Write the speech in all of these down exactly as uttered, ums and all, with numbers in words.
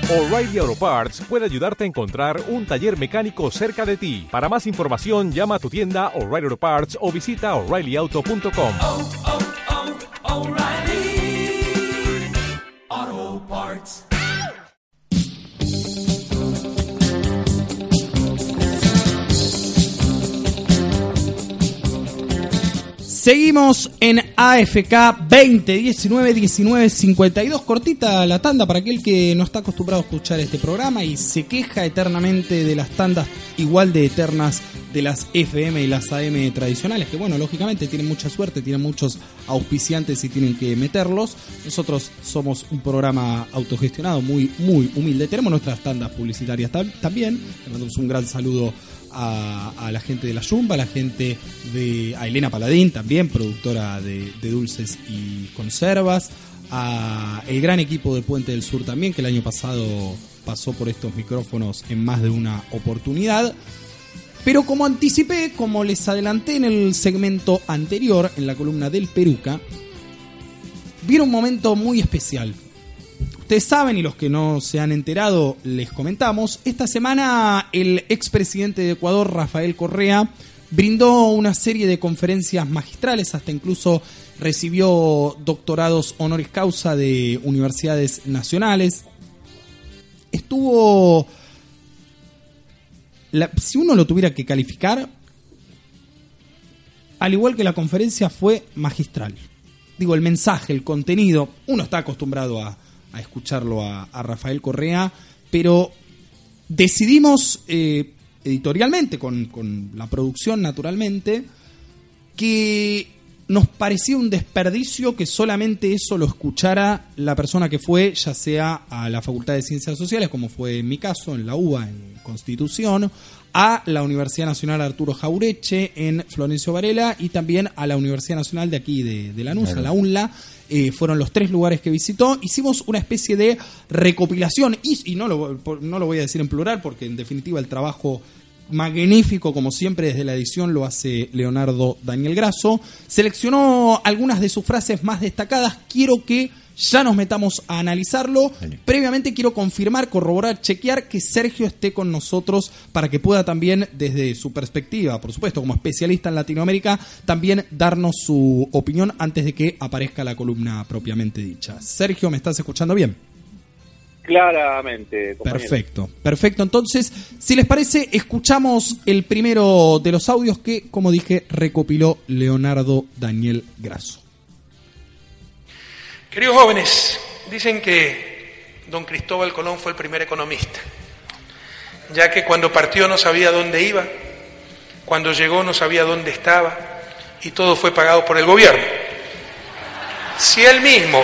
O'Reilly Auto Parts puede ayudarte a encontrar un taller mecánico cerca de ti. Para más información, llama a tu tienda O'Reilly Auto Parts o visita O'Reilly Auto punto com. Oh, oh, oh, O'Reilly Auto Parts. Seguimos en A F K veinte diecinueve diecinueve cincuenta y dos, cortita la tanda para aquel que no está acostumbrado a escuchar este programa y se queja eternamente de las tandas igual de eternas de las F M y las A M tradicionales, que bueno, lógicamente tienen mucha suerte, tienen muchos auspiciantes y tienen que meterlos. Nosotros somos un programa autogestionado muy, muy humilde, tenemos nuestras tandas publicitarias tam- también, le mandamos un gran saludo A, a la gente de la Yumba, a la gente de a Elena Paladín, también productora de, de dulces y conservas, a el gran equipo de Puente del Sur también, que el año pasado pasó por estos micrófonos en más de una oportunidad. Pero como anticipé, como les adelanté en el segmento anterior, en la columna del Peruca, viene un momento muy especial. Ustedes saben, y los que no se han enterado les comentamos, esta semana el expresidente de Ecuador, Rafael Correa, brindó una serie de conferencias magistrales, hasta incluso recibió doctorados honoris causa de universidades nacionales. Estuvo, la, si uno lo tuviera que calificar, al igual que la conferencia, fue magistral. Digo, el mensaje, el contenido, uno está acostumbrado a a escucharlo a, a Rafael Correa, pero decidimos eh, editorialmente, con, con la producción naturalmente, que nos parecía un desperdicio que solamente eso lo escuchara la persona que fue, ya sea a la Facultad de Ciencias Sociales, como fue en mi caso, en la U B A, en Constitución, a la Universidad Nacional Arturo Jaureche en Florencio Varela y también a la Universidad Nacional de aquí de, de Lanús, a la UNLA. Eh, fueron los tres lugares que visitó. Hicimos una especie de recopilación y, y no, lo, no lo voy a decir en plural porque en definitiva el trabajo magnífico, como siempre desde la edición, lo hace Leonardo Daniel Grasso. Seleccionó algunas de sus frases más destacadas. Quiero que ya nos metamos a analizarlo. Previamente quiero confirmar, corroborar, chequear que Sergio esté con nosotros para que pueda también, desde su perspectiva, por supuesto, como especialista en Latinoamérica, también darnos su opinión antes de que aparezca la columna propiamente dicha. Sergio, ¿me estás escuchando bien? Claramente, compañero. Perfecto, perfecto. Entonces, si les parece, escuchamos el primero de los audios que, como dije, recopiló Leonardo Daniel Grasso. Queridos jóvenes, dicen que don Cristóbal Colón fue el primer economista, ya que cuando partió no sabía dónde iba, cuando llegó no sabía dónde estaba, y todo fue pagado por el gobierno. Si él mismo...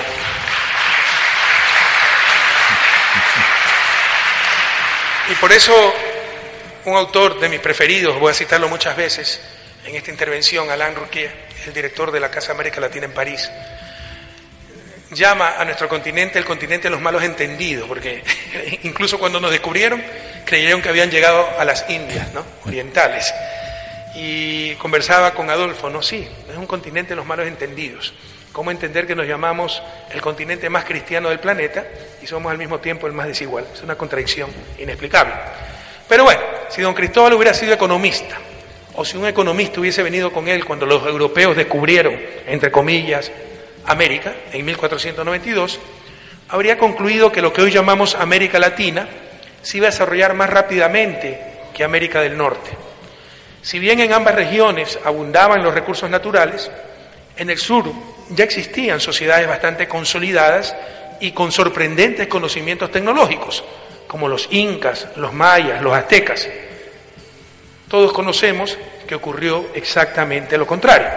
Y por eso un autor de mis preferidos, voy a citarlo muchas veces en esta intervención, Alain Rouquier, el director de la Casa América Latina en París, llama a nuestro continente el continente de los malos entendidos, porque incluso cuando nos descubrieron creyeron que habían llegado a las Indias, ¿no?, orientales. Y conversaba con Adolfo, no, sí, es un continente de los malos entendidos. ¿Cómo entender que nos llamamos el continente más cristiano del planeta y somos al mismo tiempo el más desigual? Es una contradicción inexplicable. Pero bueno, si don Cristóbal hubiera sido economista, o si un economista hubiese venido con él cuando los europeos descubrieron, entre comillas, América, en mil cuatrocientos noventa y dos, habría concluido que lo que hoy llamamos América Latina se iba a desarrollar más rápidamente que América del Norte. Si bien en ambas regiones abundaban los recursos naturales, en el sur ya existían sociedades bastante consolidadas y con sorprendentes conocimientos tecnológicos, como los incas, los mayas, los aztecas. Todos conocemos que ocurrió exactamente lo contrario.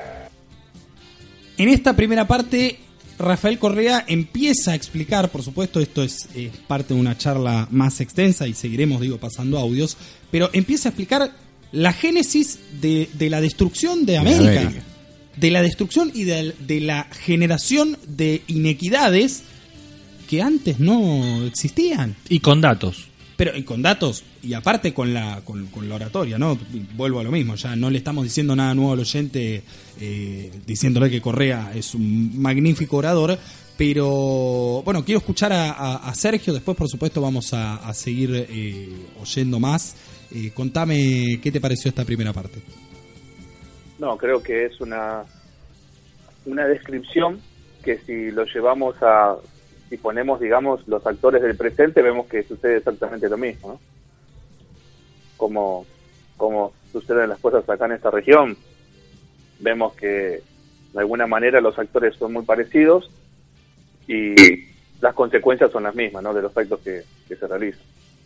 En esta primera parte, Rafael Correa empieza a explicar, por supuesto, esto es, es parte de una charla más extensa y seguiremos, digo, pasando audios, pero empieza a explicar la génesis de, de la destrucción de América, de, América. de la destrucción y de, de la generación de inequidades que antes no existían. Y con datos. Pero y con datos, y aparte con la con, con la oratoria, ¿no? Vuelvo a lo mismo, ya no le estamos diciendo nada nuevo al oyente, eh, diciéndole que Correa es un magnífico orador, Pero bueno, quiero escuchar a, a, a Sergio, después por supuesto vamos a, a seguir eh, oyendo más. Eh, contame qué te pareció esta primera parte. No, creo que es una una descripción que si lo llevamos a, si ponemos, digamos, los actores del presente, vemos que sucede exactamente lo mismo, ¿no? Como, como suceden las cosas acá en esta región, vemos que de alguna manera los actores son muy parecidos y las consecuencias son las mismas, ¿no? De los actos que, que se realizan.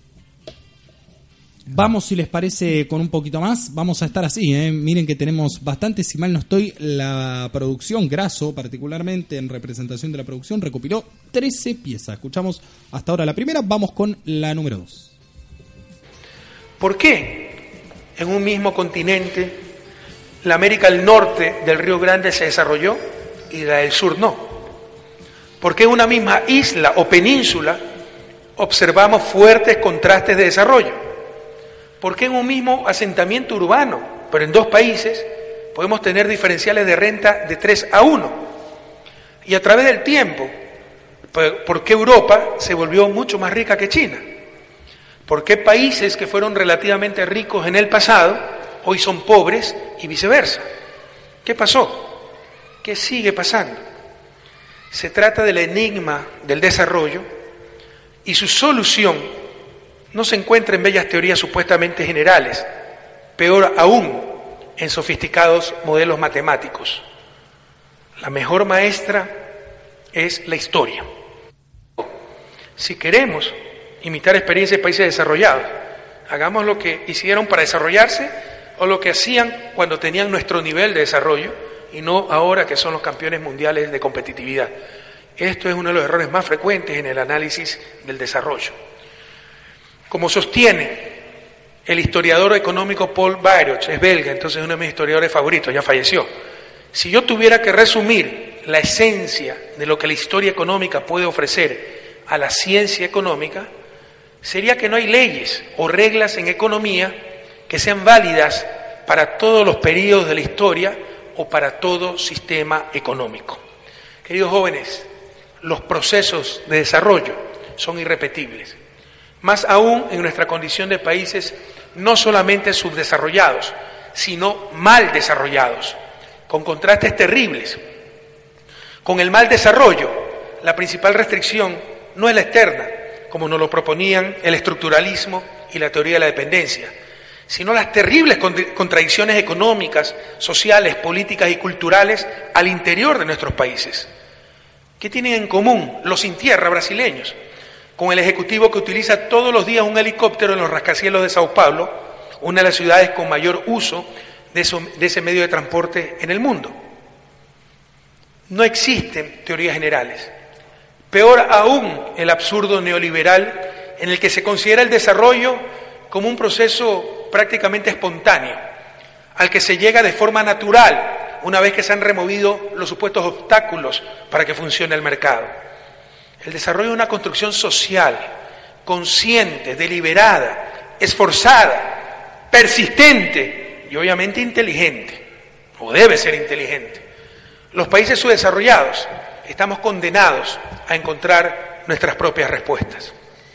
Vamos, si les parece, con un poquito más. Vamos a estar así, ¿eh? Miren que tenemos bastante, si mal no estoy, la producción, Graso, particularmente en representación de la producción, recopiló trece piezas. Escuchamos hasta ahora la primera, vamos con la número dos. ¿Por qué en un mismo continente la América del Norte del Río Grande se desarrolló y la del Sur no? ¿Por qué en una misma isla o península observamos fuertes contrastes de desarrollo? ¿Por qué en un mismo asentamiento urbano, pero en dos países, podemos tener diferenciales de renta de tres a uno? Y a través del tiempo, ¿por qué Europa se volvió mucho más rica que China? ¿Por qué países que fueron relativamente ricos en el pasado, hoy son pobres y viceversa? ¿Qué pasó? ¿Qué sigue pasando? Se trata del enigma del desarrollo y su solución no se encuentra en bellas teorías supuestamente generales, peor aún, en sofisticados modelos matemáticos. La mejor maestra es la historia. Si queremos imitar experiencias de países desarrollados, hagamos lo que hicieron para desarrollarse o lo que hacían cuando tenían nuestro nivel de desarrollo y no ahora que son los campeones mundiales de competitividad. Esto es uno de los errores más frecuentes en el análisis del desarrollo. Como sostiene el historiador económico Paul Weyrich, es belga, entonces es uno de mis historiadores favoritos, ya falleció. Si yo tuviera que resumir la esencia de lo que la historia económica puede ofrecer a la ciencia económica, sería que no hay leyes o reglas en economía que sean válidas para todos los periodos de la historia o para todo sistema económico. Queridos jóvenes, los procesos de desarrollo son irrepetibles. Más aún en nuestra condición de países no solamente subdesarrollados, sino mal desarrollados, con contrastes terribles. Con el mal desarrollo, la principal restricción no es la externa, como nos lo proponían el estructuralismo y la teoría de la dependencia, sino las terribles contradicciones económicas, sociales, políticas y culturales al interior de nuestros países. ¿Qué tienen en común los sin tierra brasileños con el ejecutivo que utiliza todos los días un helicóptero en los rascacielos de Sao Paulo, una de las ciudades con mayor uso de, eso, de ese medio de transporte en el mundo? No existen teorías generales. Peor aún, el absurdo neoliberal en el que se considera el desarrollo como un proceso prácticamente espontáneo, al que se llega de forma natural una vez que se han removido los supuestos obstáculos para que funcione el mercado. El desarrollo es una construcción social, consciente, deliberada, esforzada, persistente y obviamente inteligente, o debe ser inteligente. Los países subdesarrollados estamos condenados a encontrar nuestras propias respuestas.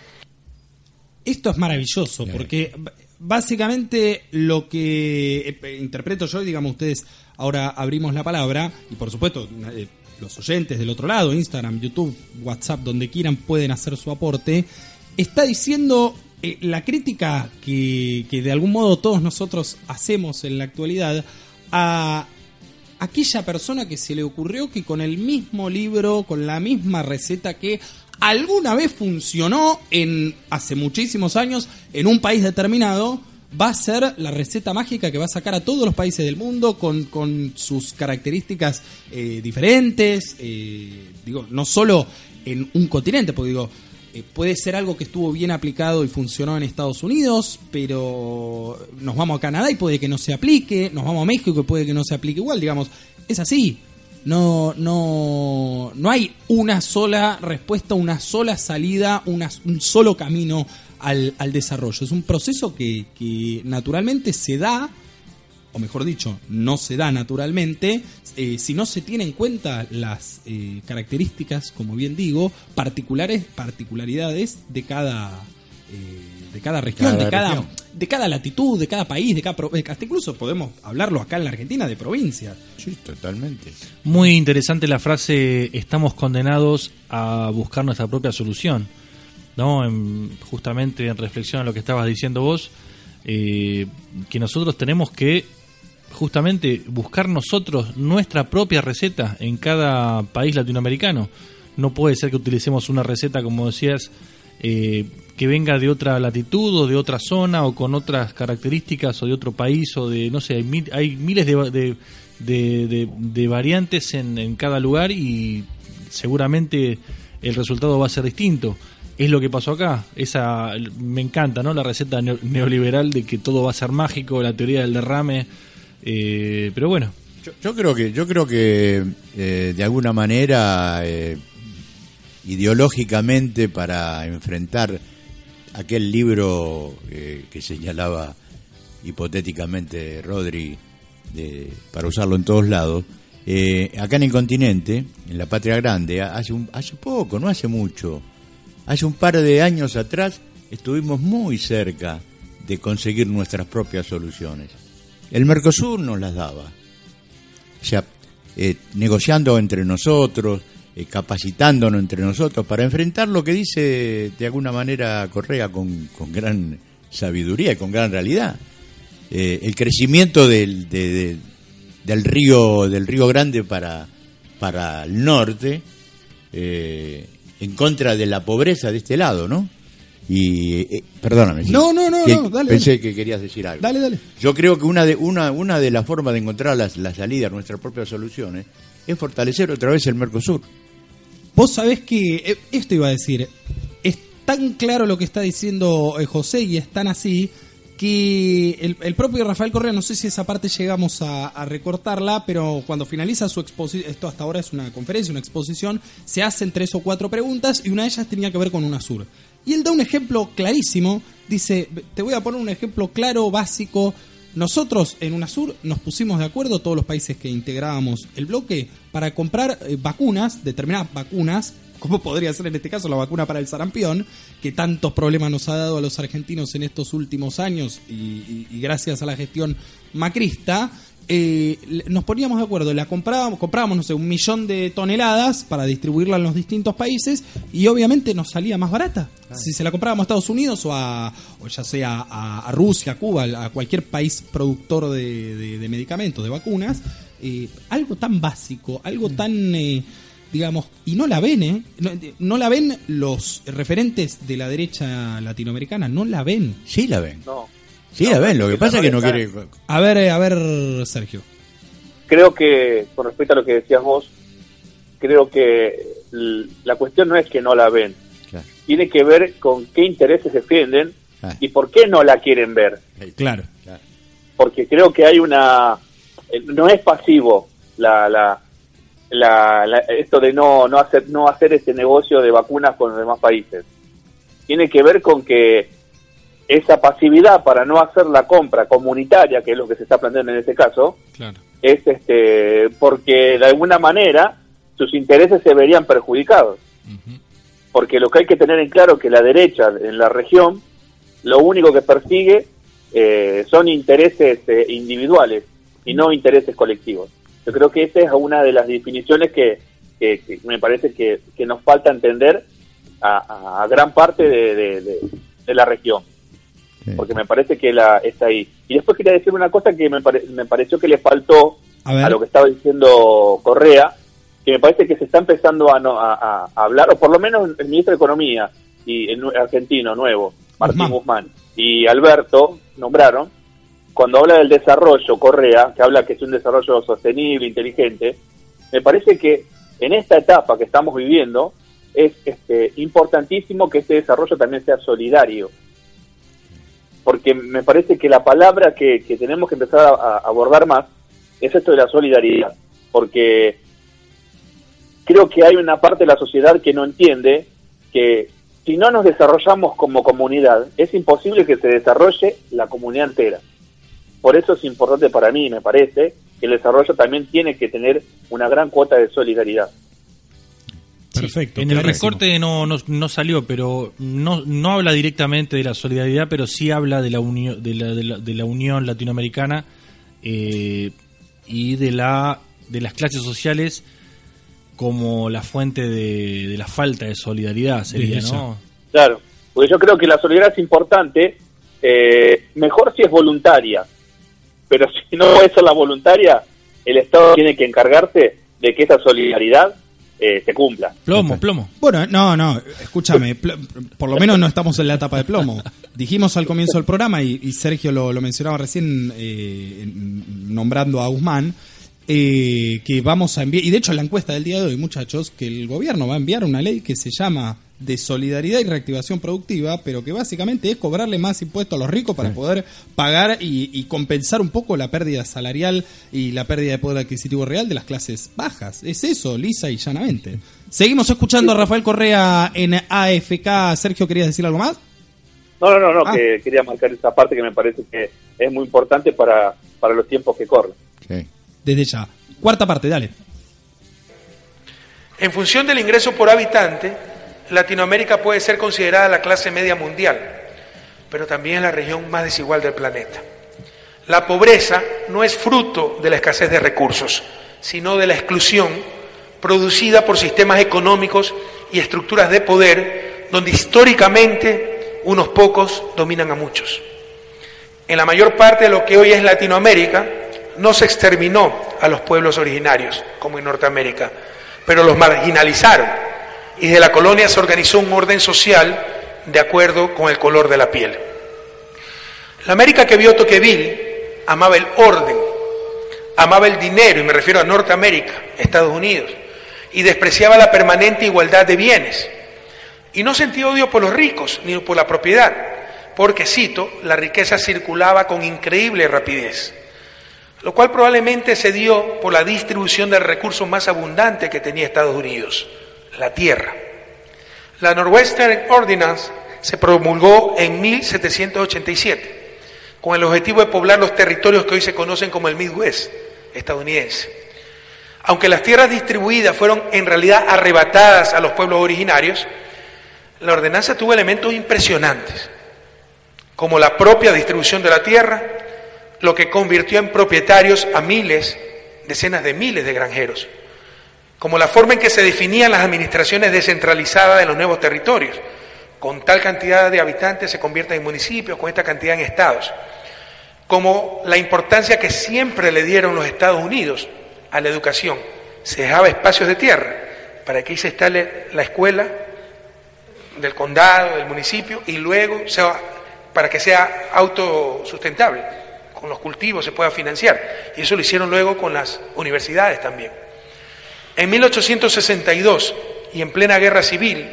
Esto es maravilloso, porque básicamente lo que interpreto yo, y digamos ustedes, ahora abrimos la palabra, y por supuesto eh, los oyentes del otro lado, Instagram, YouTube, WhatsApp, donde quieran pueden hacer su aporte, está diciendo eh, la crítica que, que de algún modo todos nosotros hacemos en la actualidad a aquella persona que se le ocurrió que con el mismo libro, con la misma receta que alguna vez funcionó en hace muchísimos años en un país determinado, va a ser la receta mágica que va a sacar a todos los países del mundo con, con sus características eh, diferentes, eh, digo, no solo en un continente, porque digo, eh, puede ser algo que estuvo bien aplicado y funcionó en Estados Unidos, pero nos vamos a Canadá y puede que no se aplique, nos vamos a México y puede que no se aplique igual, digamos, es así. No, no, no hay una sola respuesta, una sola salida, una, un solo camino al, al desarrollo. Es un proceso que, que naturalmente se da o mejor dicho, no se da naturalmente, eh, si no se tiene en cuenta las eh, características, como bien digo, particulares, particularidades de cada, eh, de cada región, Cada de cada, región. de cada latitud, de cada país, de cada pro- hasta incluso podemos hablarlo acá en la Argentina de provincias. Sí, totalmente. Muy interesante la frase, estamos condenados a buscar nuestra propia solución, ¿no? En- justamente en reflexión a lo que estabas diciendo vos, eh, que nosotros tenemos que justamente buscar nosotros nuestra propia receta en cada país latinoamericano. No puede ser que utilicemos una receta, como decías, eh, que venga de otra latitud o de otra zona o con otras características o de otro país o de, no sé, hay, mil- hay miles de, de, de, de- de variantes en, en cada lugar y seguramente el resultado va a ser distinto. Es lo que pasó acá. Esa me encanta, ¿no? La receta neo- neoliberal de que todo va a ser mágico, la teoría del derrame. Eh, pero bueno, Yo, yo creo que, yo creo que eh, de alguna manera, eh, ideológicamente, para enfrentar aquel libro eh, que señalaba hipotéticamente Rodri, de, para usarlo en todos lados, eh, acá en el continente, en la Patria Grande, hace, un, hace poco, no hace mucho, hace un par de años atrás, estuvimos muy cerca de conseguir nuestras propias soluciones. El Mercosur nos las daba. O sea, eh, negociando entre nosotros, eh, capacitándonos entre nosotros para enfrentar lo que dice de alguna manera Correa con, con gran sabiduría y con gran realidad. Eh, el crecimiento del, de, de, del río del Río Grande para, para el norte, eh, en contra de la pobreza de este lado, ¿no? Y eh, perdóname. sí. No, no, no, Que- no, dale, Pensé dale. que querías decir algo. Dale, dale. Yo creo que una de una una de las formas de encontrar las, la salida a nuestras propias soluciones es fortalecer otra vez el Mercosur. Vos sabés que, eh, esto iba a decir, es tan claro lo que está diciendo eh, José y es tan así que el, el propio Rafael Correa, no sé si esa parte llegamos a, a recortarla, pero cuando finaliza su exposición, esto hasta ahora es una conferencia, una exposición, se hacen tres o cuatro preguntas y una de ellas tenía que ver con UNASUR. Y él da un ejemplo clarísimo, dice, te voy a poner un ejemplo claro, básico. Nosotros en UNASUR nos pusimos de acuerdo, todos los países que integrábamos el bloque, para comprar eh, vacunas, determinadas vacunas, como podría ser en este caso la vacuna para el sarampión, que tantos problemas nos ha dado a los argentinos en estos últimos años y, y- y gracias a la gestión macrista. Eh, le- nos poníamos de acuerdo, la comprábamos, comprábamos, no sé, un millón de toneladas para distribuirla en los distintos países y obviamente nos salía más barata. Si se la comprábamos a Estados Unidos o, a, o ya sea a, a Rusia, a Cuba, a cualquier país productor de, de- de medicamentos, de vacunas, eh, algo tan básico, algo tan, eh, digamos, y no la ven, ¿eh? No, no la ven los referentes de la derecha latinoamericana, no la ven. Sí la ven. No. Sí No, la ven, lo que no pasa es que no está. quiere... A ver, eh, a ver, Sergio. Creo que, con respecto a lo que decías vos, creo que l- la cuestión no es que no la ven, Claro. tiene que ver con qué intereses defienden Ah. y por qué no la quieren ver. Claro. Claro. Porque creo que hay una... eh, no es pasivo la, la, la, la- esto de no, no, hacer, no hacer este negocio de vacunas con los demás países. Tiene que ver con que esa pasividad para no hacer la compra comunitaria, que es lo que se está planteando en este caso, Claro. es este porque de alguna manera sus intereses se verían perjudicados. Porque lo que hay que tener en claro es que la derecha en la región lo único que persigue eh, son intereses eh, individuales y no intereses colectivos. Yo creo que esa es una de las definiciones que, que, que me parece que, que nos falta entender a, a gran parte de, de, de, de la región. Sí. Porque me parece que la está ahí. Y después quería decir una cosa que me, pare, me pareció que le faltó A ver. a lo que estaba diciendo Correa, que me parece que se está empezando a, no, a, a hablar, o por lo menos el ministro de Economía y el nue- argentino nuevo, Martín Guzmán. Guzmán, y Alberto, nombraron, cuando habla del desarrollo, Correa, que habla que es un desarrollo sostenible, inteligente, me parece que en esta etapa que estamos viviendo es este, importantísimo que este desarrollo también sea solidario. Porque me parece que la palabra que, que tenemos que empezar a, a abordar más es esto de la solidaridad. Porque creo que hay una parte de la sociedad que no entiende que si no nos desarrollamos como comunidad, es imposible que se desarrolle la comunidad entera. por eso es importante para mí, me parece, que el desarrollo también tiene que tener una gran cuota de solidaridad. Perfecto. Sí, en el clarísimo. recorte no, no, no salió, pero no, no habla directamente de la solidaridad, pero sí habla de la, uni- de la, de la, de la unión latinoamericana eh, y de la de las clases sociales como la fuente de, de la falta de solidaridad, sería, Desde ¿no? Claro, porque yo creo que la solidaridad es importante, eh, mejor si es voluntaria, pero si no puede ser la voluntaria, el Estado tiene que encargarse de que esa solidaridad eh, se cumpla. Plomo, plomo. Bueno, no, no, escúchame, pl- por lo menos no estamos en la etapa de plomo. Dijimos al comienzo del programa, y, y Sergio lo, lo mencionaba recién eh, nombrando a Guzmán, eh, que vamos a enviar, y de hecho la encuesta del día de hoy, muchachos, que el gobierno va a enviar una ley que se llama de solidaridad y reactivación productiva, pero que básicamente es cobrarle más impuestos a los ricos para poder pagar y, y compensar un poco la pérdida salarial y la pérdida de poder adquisitivo real de las clases bajas. Es eso, lisa y llanamente. Seguimos escuchando a Rafael Correa en A F K. Sergio, ¿querías decir algo más? No, no, no, no Ah. que quería marcar esa parte que me parece que es muy importante para, para los tiempos que corren. Sí. Desde ya. Cuarta parte, dale. En función del ingreso por habitante, Latinoamérica puede ser considerada la clase media mundial, pero también es la región más desigual del planeta. La pobreza no es fruto de la escasez de recursos, sino de la exclusión producida por sistemas económicos y estructuras de poder donde históricamente unos pocos dominan a muchos. En la mayor parte de lo que hoy es Latinoamérica, no se exterminó a los pueblos originarios, como en Norteamérica, pero los marginalizaron, y desde la colonia se organizó un orden social de acuerdo con el color de la piel. La América que vio Tocqueville amaba el orden, amaba el dinero, y me refiero a Norteamérica, Estados Unidos, y despreciaba la permanente igualdad de bienes. Y no sentía odio por los ricos, ni por la propiedad, porque, cito, la riqueza circulaba con increíble rapidez, lo cual probablemente se dio por la distribución del recurso más abundante que tenía Estados Unidos, la tierra. La Northwestern Ordinance se promulgó en mil setecientos ochenta y siete, con el objetivo de poblar los territorios que hoy se conocen como el Midwest estadounidense. Aunque las tierras distribuidas fueron en realidad arrebatadas a los pueblos originarios, la ordenanza tuvo elementos impresionantes, como la propia distribución de la tierra, lo que convirtió en propietarios a miles, decenas de miles de granjeros, como la forma en que se definían las administraciones descentralizadas de los nuevos territorios. Con tal cantidad de habitantes se convierten en municipios, con esta cantidad en estados, como la importancia que siempre le dieron los Estados Unidos a la educación. Se dejaba espacios de tierra para que ahí se instale la escuela del condado, del municipio, y luego sea, para que sea autosustentable, con los cultivos se pueda financiar. Y eso lo hicieron luego con las universidades también. En mil ochocientos sesenta y dos, y en plena guerra civil,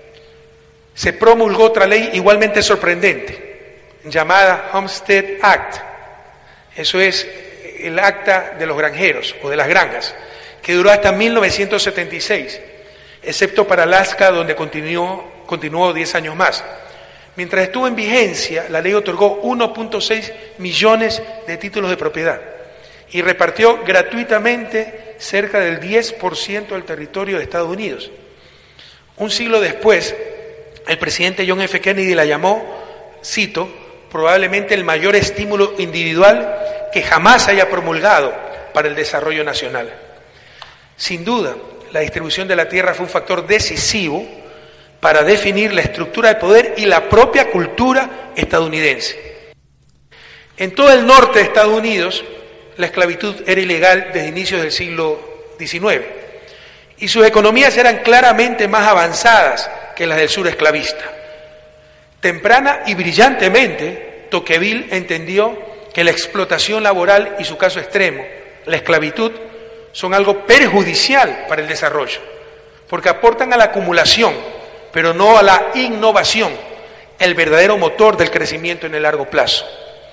se promulgó otra ley igualmente sorprendente, llamada Homestead Act. Eso es el acta de los granjeros o de las granjas, que duró hasta mil novecientos setenta y seis, excepto para Alaska, donde continuó, continuó diez años más. Mientras estuvo en vigencia, la ley otorgó uno punto seis millones de títulos de propiedad y repartió gratuitamente cerca del diez por ciento del territorio de Estados Unidos. Un siglo después, el presidente John F. Kennedy la llamó, cito, probablemente el mayor estímulo individual que jamás haya promulgado para el desarrollo nacional. Sin duda, la distribución de la tierra fue un factor decisivo para definir la estructura de poder y la propia cultura estadounidense. En todo el norte de Estados Unidos, la esclavitud era ilegal desde inicios del siglo diecinueve, y sus economías eran claramente más avanzadas que las del sur esclavista. Temprana y brillantemente, Tocqueville entendió que la explotación laboral y su caso extremo, la esclavitud, son algo perjudicial para el desarrollo, porque aportan a la acumulación, pero no a la innovación, el verdadero motor del crecimiento en el largo plazo.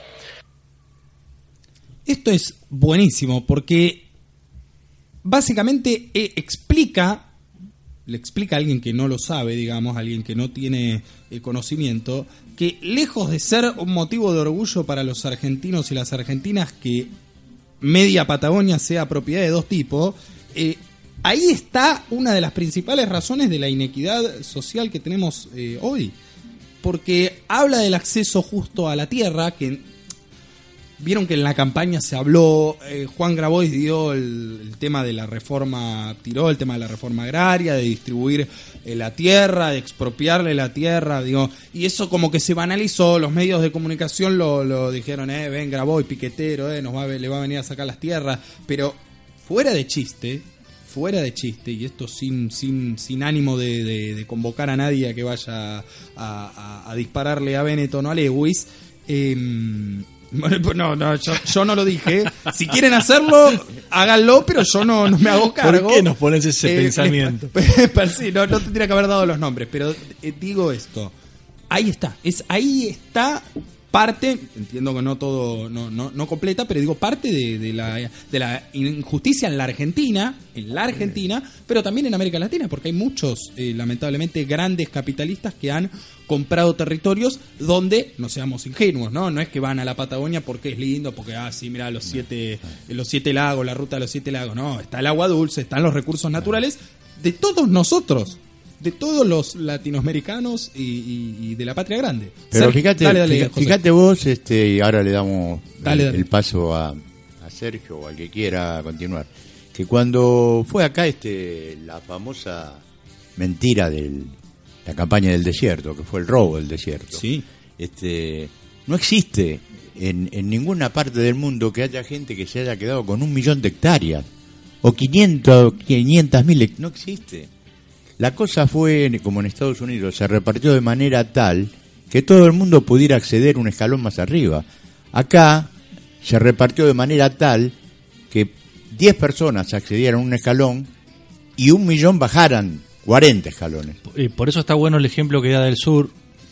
Esto es buenísimo porque básicamente eh, explica le explica a alguien que no lo sabe, digamos, a alguien que no tiene eh, conocimiento, que lejos de ser un motivo de orgullo para los argentinos y las argentinas que media Patagonia sea propiedad de dos tipos, eh, ahí está una de las principales razones de la inequidad social que tenemos eh, hoy. Porque habla del acceso justo a la tierra, que vieron que en la campaña se habló, eh, Juan Grabois dio el, el tema de la reforma, tiró el tema de la reforma agraria, de distribuir eh, la tierra, de expropiarle la tierra, digo, y eso como que se banalizó, los medios de comunicación lo, lo dijeron, eh, ven Grabois, piquetero, eh, nos va a, le va a venir a sacar las tierras, pero fuera de chiste, fuera de chiste, y esto sin sin sin ánimo de, de, de convocar a nadie a que vaya a, a, a dispararle a Benetton o a Lewis, eh, no, no, yo, yo no lo dije. Si quieren hacerlo, háganlo, pero yo no, no me hago cargo. ¿Por qué nos pones ese eh, pensamiento? Les, sí, no, no tendría que haber dado los nombres, pero eh, digo esto. Ahí está, es ahí está parte, entiendo que no todo, no, no, no completa, pero digo parte de, de la de la injusticia en la Argentina, en la Argentina, pero también en América Latina, porque hay muchos, eh, lamentablemente, grandes capitalistas que han comprado territorios donde, no seamos ingenuos, ¿no? No es que van a la Patagonia porque es lindo, porque, ah, sí, mira, los siete, los siete lagos, la ruta de los siete lagos, no, está el agua dulce, están los recursos naturales de todos nosotros, de todos los latinoamericanos y, y, y de la patria grande. Pero Sergio, fíjate, dale, dale, fíjate, José. fíjate vos, este, y ahora le damos Dale, el, dale. el paso a, a Sergio o al que quiera continuar, que cuando fue acá este la famosa mentira de la campaña del desierto, que fue el robo del desierto, Sí. este, no existe en, en ninguna parte del mundo que haya gente que se haya quedado con un millón de hectáreas o quinientos, quinientas mil, hect- no existe. La cosa fue, como en Estados Unidos, se repartió de manera tal que todo el mundo pudiera acceder un escalón más arriba. Acá se repartió de manera tal que diez personas accedieran a un escalón y un millón bajaran cuarenta escalones. Eh, por eso está bueno el ejemplo que da del sur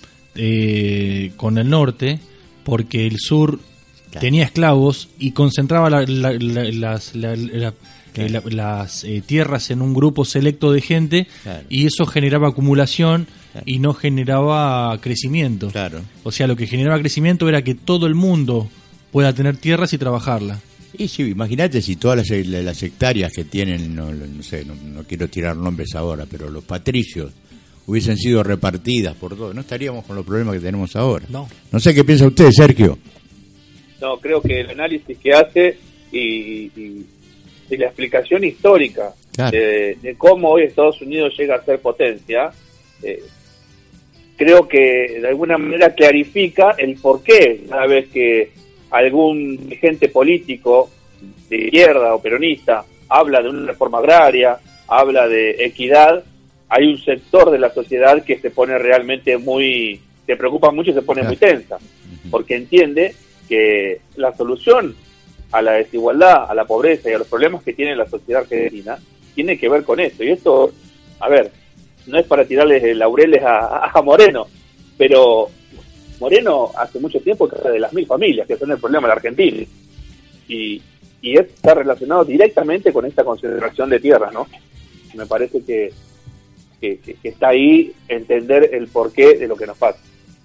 eh, con el norte, porque el sur Claro. tenía esclavos y concentraba la- la- la- las, la- la- eh, la- las eh, tierras en un grupo selecto de gente, Claro. y eso generaba acumulación Claro. y no generaba crecimiento. Claro. O sea, lo que generaba crecimiento era que todo el mundo pueda tener tierras y trabajarlas. Y sí, imagínate si todas las, las hectáreas que tienen, no, no sé, no, no quiero tirar nombres ahora, pero los patricios hubiesen sido repartidas por todo, no estaríamos con los problemas que tenemos ahora. No. No sé qué piensa usted, Sergio. No, creo que el análisis que hace y, y, y la explicación histórica Claro. de, de cómo hoy Estados Unidos llega a ser potencia, eh, creo que de alguna manera clarifica el porqué cada vez que algún dirigente político de izquierda o peronista habla de una reforma agraria, habla de equidad, hay un sector de la sociedad que se pone realmente muy, se preocupa mucho y se pone Claro. muy tensa, porque entiende que la solución a la desigualdad, a la pobreza y a los problemas que tiene la sociedad argentina tiene que ver con esto. Y esto, a ver, no es para tirarle laureles a, a Moreno, pero Moreno hace mucho tiempo que habla de las mil familias, que son el problema de la Argentina. Y, y está relacionado directamente con esta concentración de tierras, ¿no? Me parece que, que, que, que está ahí entender el porqué de lo que nos pasa.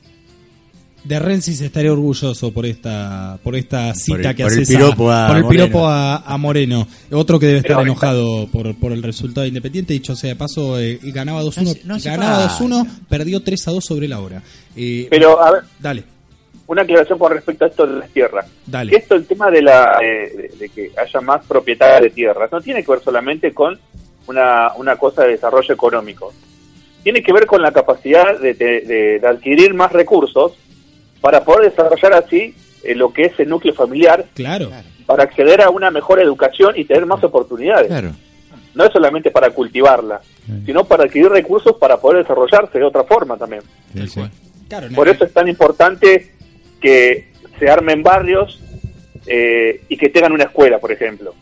De Rensis estaría orgulloso por esta por esta cita el- que por hace el piropo a por el Moreno. piropo a, a Moreno. Otro que debe estar Pero- enojado por, por el resultado de Independiente. Dicho sea de paso, eh, ganaba dos uno, No hace- no hace ganaba falta. dos uno, perdió tres a dos sobre la hora. Eh, Pero, a ver, dale, una aclaración con respecto a esto de las tierras. Dale. Que esto, el tema de la eh, de, de que haya más propietarios de tierras, no tiene que ver solamente con una, una cosa de desarrollo económico. Tiene que ver con la capacidad de, de- de- de adquirir más recursos para poder desarrollar así eh, lo que es el núcleo familiar, claro. para acceder a una mejor educación y tener más oportunidades. Claro. No es solamente para cultivarla, sino para adquirir recursos para poder desarrollarse de otra forma también. Sí, sí. Claro, Por eso es tan importante que se armen barrios eh, y que tengan una escuela, por ejemplo.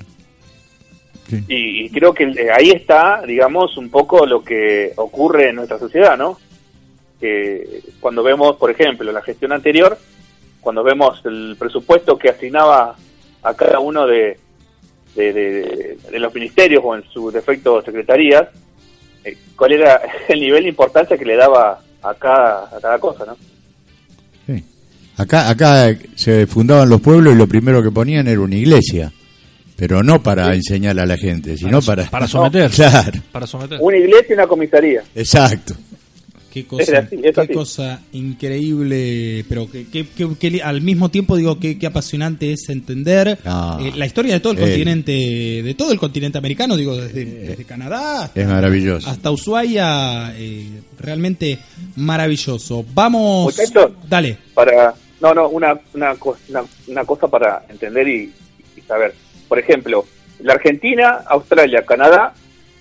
Sí. Y, y creo que eh, ahí está, digamos, un poco lo que ocurre en nuestra sociedad, ¿no? Que cuando vemos, por ejemplo, en la gestión anterior, cuando vemos el presupuesto que asignaba a cada uno de, de, de, de los ministerios o en su defecto secretarías, eh, cuál era el nivel de importancia que le daba a cada, a cada cosa, ¿no? Sí. Acá, acá se fundaban los pueblos y lo primero que ponían era una iglesia, pero no para Sí. enseñar a la gente, sino para... Para someter. Claro, Para someter. Una iglesia y una comisaría. exacto. Qué cosa, Es así, es qué así. cosa increíble, pero que, que- que- que al mismo tiempo digo que, que apasionante es entender Ah. eh, la historia de todo el Eh. continente, de todo el continente americano, digo desde, desde Canadá hasta, Es maravilloso. hasta Ushuaia, eh, realmente maravilloso. Vamos, Muchachos. dale. Para, no, no, una, una, co- una, una cosa para entender y, y saber. Por ejemplo, la Argentina, Australia, Canadá,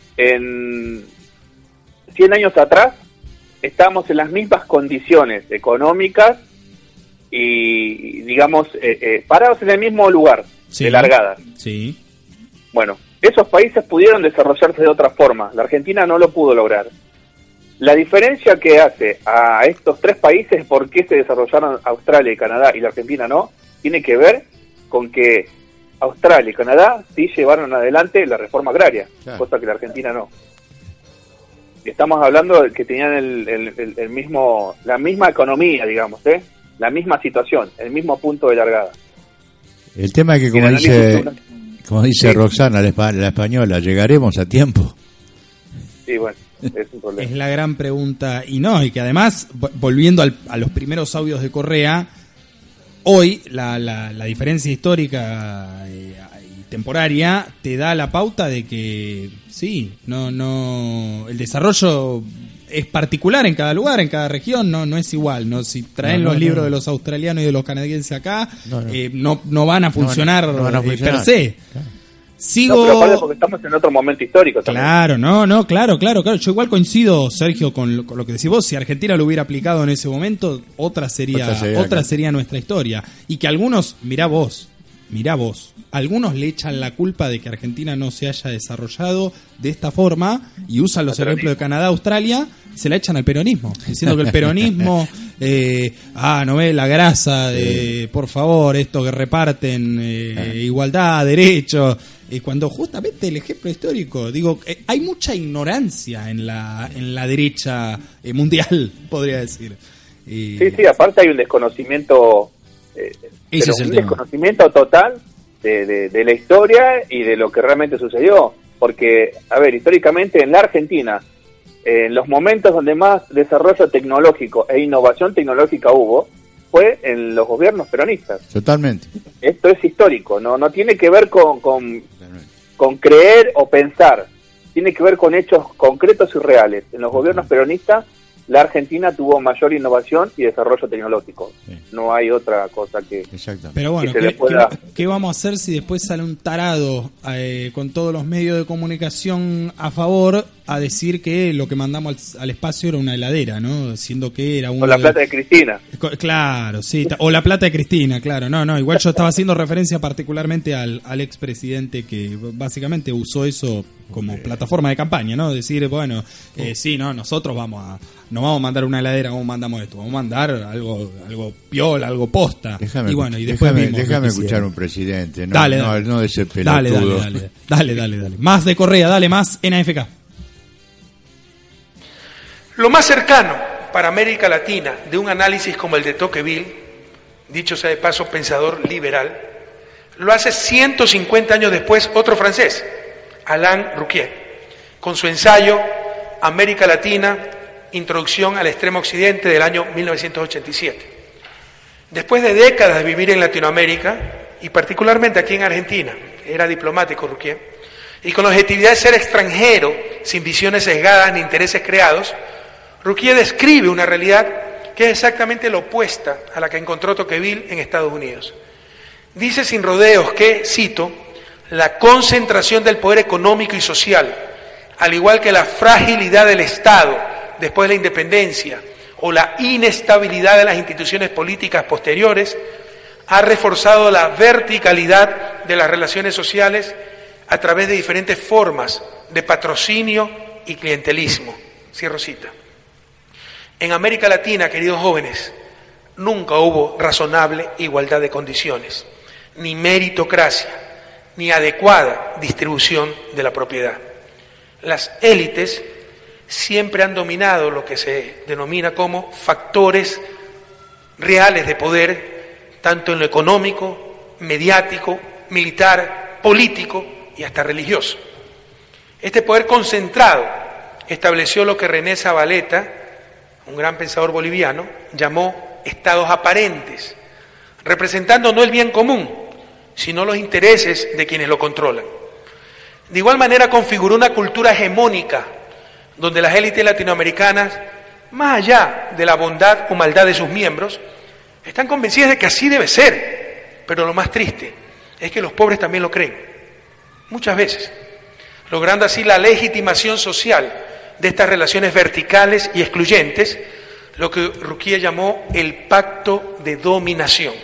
en cien años atrás, estábamos en las mismas condiciones económicas y, digamos, eh, eh, parados en el mismo lugar, Sí. de largada. Sí, Bueno, esos países pudieron desarrollarse de otra forma. La Argentina no lo pudo lograr. La diferencia que hace a estos tres países, por qué se desarrollaron Australia y Canadá y la Argentina no, tiene que ver con que Australia y Canadá sí llevaron adelante la reforma agraria, Claro. cosa que la Argentina no. Estamos hablando de que tenían el, el- el- el mismo, la misma economía, digamos, ¿eh? La misma situación, el mismo punto de largada. El tema es que, Y como el dice, análisis- como dice Sí. Roxana, la, espa- la española, ¿llegaremos a tiempo? Sí, bueno, es un problema. es la gran pregunta. Y no, y que además, vo- volviendo al- a los primeros audios de Correa, hoy la, la, la diferencia histórica eh, y temporaria te da la pauta de que sí, no, no, el desarrollo es particular en cada lugar, en cada región, no, no es igual. No, si traen No, no, los libros no. de los australianos y de los canadienses acá, No, no. eh, no, no van a funcionar, no van a eh, funcionar. per se. Claro. Sigo. No, pero aparte porque estamos en otro momento histórico también. Claro, no, no, claro, claro, claro. Yo igual coincido, Sergio, con lo, con lo que decís vos. Si Argentina lo hubiera aplicado en ese momento, otra sería, Otra sería otra acá. sería nuestra historia. Y que algunos, mirá vos, mirá vos, algunos le echan la culpa de que Argentina no se haya desarrollado de esta forma y usan los ejemplos de Canadá, Australia, se la echan al peronismo, diciendo que el peronismo, eh, ah, no ve la grasa de, por favor, esto que reparten, eh, igualdad, derechos. Eh, cuando justamente el ejemplo histórico, digo, eh, hay mucha ignorancia en la en la derecha eh, mundial, podría decir. Eh, Sí, sí, aparte hay un desconocimiento, eh, Ese pero es el un tema. desconocimiento total de, de, de la historia y de lo que realmente sucedió. Porque, a ver, históricamente en la Argentina, eh, en los momentos donde más desarrollo tecnológico e innovación tecnológica hubo, fue en los gobiernos peronistas. Totalmente. Esto es histórico, no no tiene que ver con, con, con creer o pensar, tiene que ver con hechos concretos y reales. En los gobiernos peronistas, la Argentina tuvo mayor innovación y desarrollo tecnológico. Sí. No hay otra cosa que... Exactamente. Pero bueno, que se ¿qué, le pueda- qué- qué vamos a hacer si después sale un tarado eh, con todos los medios de comunicación a favor a decir que lo que mandamos al, al espacio era una heladera, ¿no? Siendo que era uno Con la de- plata de Cristina. Co- Claro, sí, ta- o la plata de Cristina, claro, no, no, igual yo estaba haciendo referencia particularmente al, al expresidente que b- básicamente usó eso como plataforma de campaña, ¿no? Decir, bueno, eh, sí, no, nosotros vamos a, no vamos a mandar una heladera, vamos mandamos esto, vamos a mandar algo, algo piola, algo posta. Déjame, y bueno, y después déjame, vimos lo déjame que escuchar hicieron. un presidente, no, Dale, no, dale. no de ser Dale, dale, pelotudo. dale, dale, dale, dale. Más de Correa, dale, más N A F K. Lo más cercano para América Latina de un análisis como el de Tocqueville, dicho sea de paso pensador liberal, lo hace ciento cincuenta años después otro francés, Alain Rouquier, con su ensayo América Latina, Introducción al Extremo Occidente del año mil novecientos ochenta y siete. Después de décadas de vivir en Latinoamérica, y particularmente aquí en Argentina, era diplomático Rouquier, y con la objetividad de ser extranjero, sin visiones sesgadas ni intereses creados, Rouquier describe una realidad que es exactamente la opuesta a la que encontró Tocqueville en Estados Unidos. Dice sin rodeos que, cito, la concentración del poder económico y social, al igual que la fragilidad del Estado después de la independencia o la inestabilidad de las instituciones políticas posteriores, ha reforzado la verticalidad de las relaciones sociales a través de diferentes formas de patrocinio y clientelismo. Cierro cita. En América Latina, queridos jóvenes, nunca hubo razonable igualdad de condiciones, ni meritocracia, ni adecuada distribución de la propiedad. Las élites siempre han dominado lo que se denomina como factores reales de poder, tanto en lo económico, mediático, militar, político y hasta religioso. Este poder concentrado estableció lo que René Zavaleta, un gran pensador boliviano, llamó estados aparentes, representando no el bien común, sino los intereses de quienes lo controlan. De igual manera configuró una cultura hegemónica, donde las élites latinoamericanas, más allá de la bondad o maldad de sus miembros, están convencidas de que así debe ser. Pero lo más triste es que los pobres también lo creen, muchas veces, logrando así la legitimación social de estas relaciones verticales y excluyentes, lo que Ruquier llamó el pacto de dominación.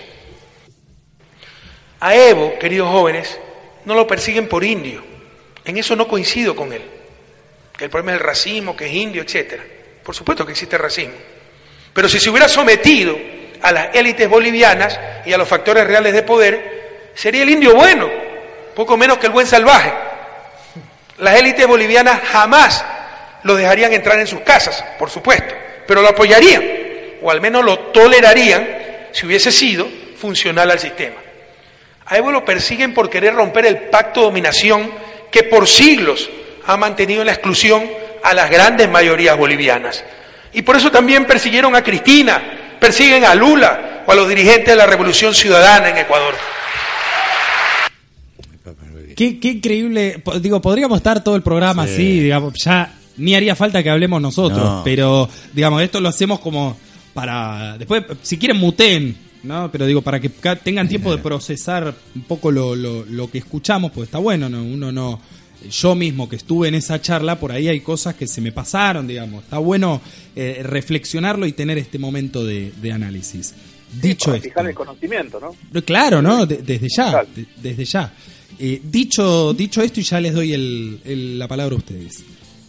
A Evo, queridos jóvenes, no lo persiguen por indio. En eso no coincido con él. Que el problema es el racismo, que es indio, etcétera. Por supuesto que existe racismo. Pero si se hubiera sometido a las élites bolivianas y a los factores reales de poder, sería el indio bueno, poco menos que el buen salvaje. Las élites bolivianas jamás lo dejarían entrar en sus casas, por supuesto, pero lo apoyarían, o al menos lo tolerarían si hubiese sido funcional al sistema. A Evo lo persiguen por querer romper el pacto de dominación que por siglos ha mantenido en la exclusión a las grandes mayorías bolivianas. Y por eso también persiguieron a Cristina, persiguen a Lula o a los dirigentes de la Revolución Ciudadana en Ecuador. Qué, qué increíble, digo, podríamos estar todo el programa sí. así, digamos, ya ni haría falta que hablemos nosotros, no. Pero, digamos, esto lo hacemos como para, después, si quieren muteen, ¿no? Pero digo, para que tengan tiempo de procesar un poco lo, lo, lo que escuchamos, pues está bueno, ¿no? Uno no, yo mismo que estuve en esa charla, por ahí hay cosas que se me pasaron, digamos, está bueno eh, reflexionarlo y tener este momento de, de análisis. Dicho sí, esto. Fijar el conocimiento, ¿no? Claro, ¿no? De, desde ya, de, desde ya. Eh, dicho, dicho esto, y ya les doy el, el, la palabra a ustedes.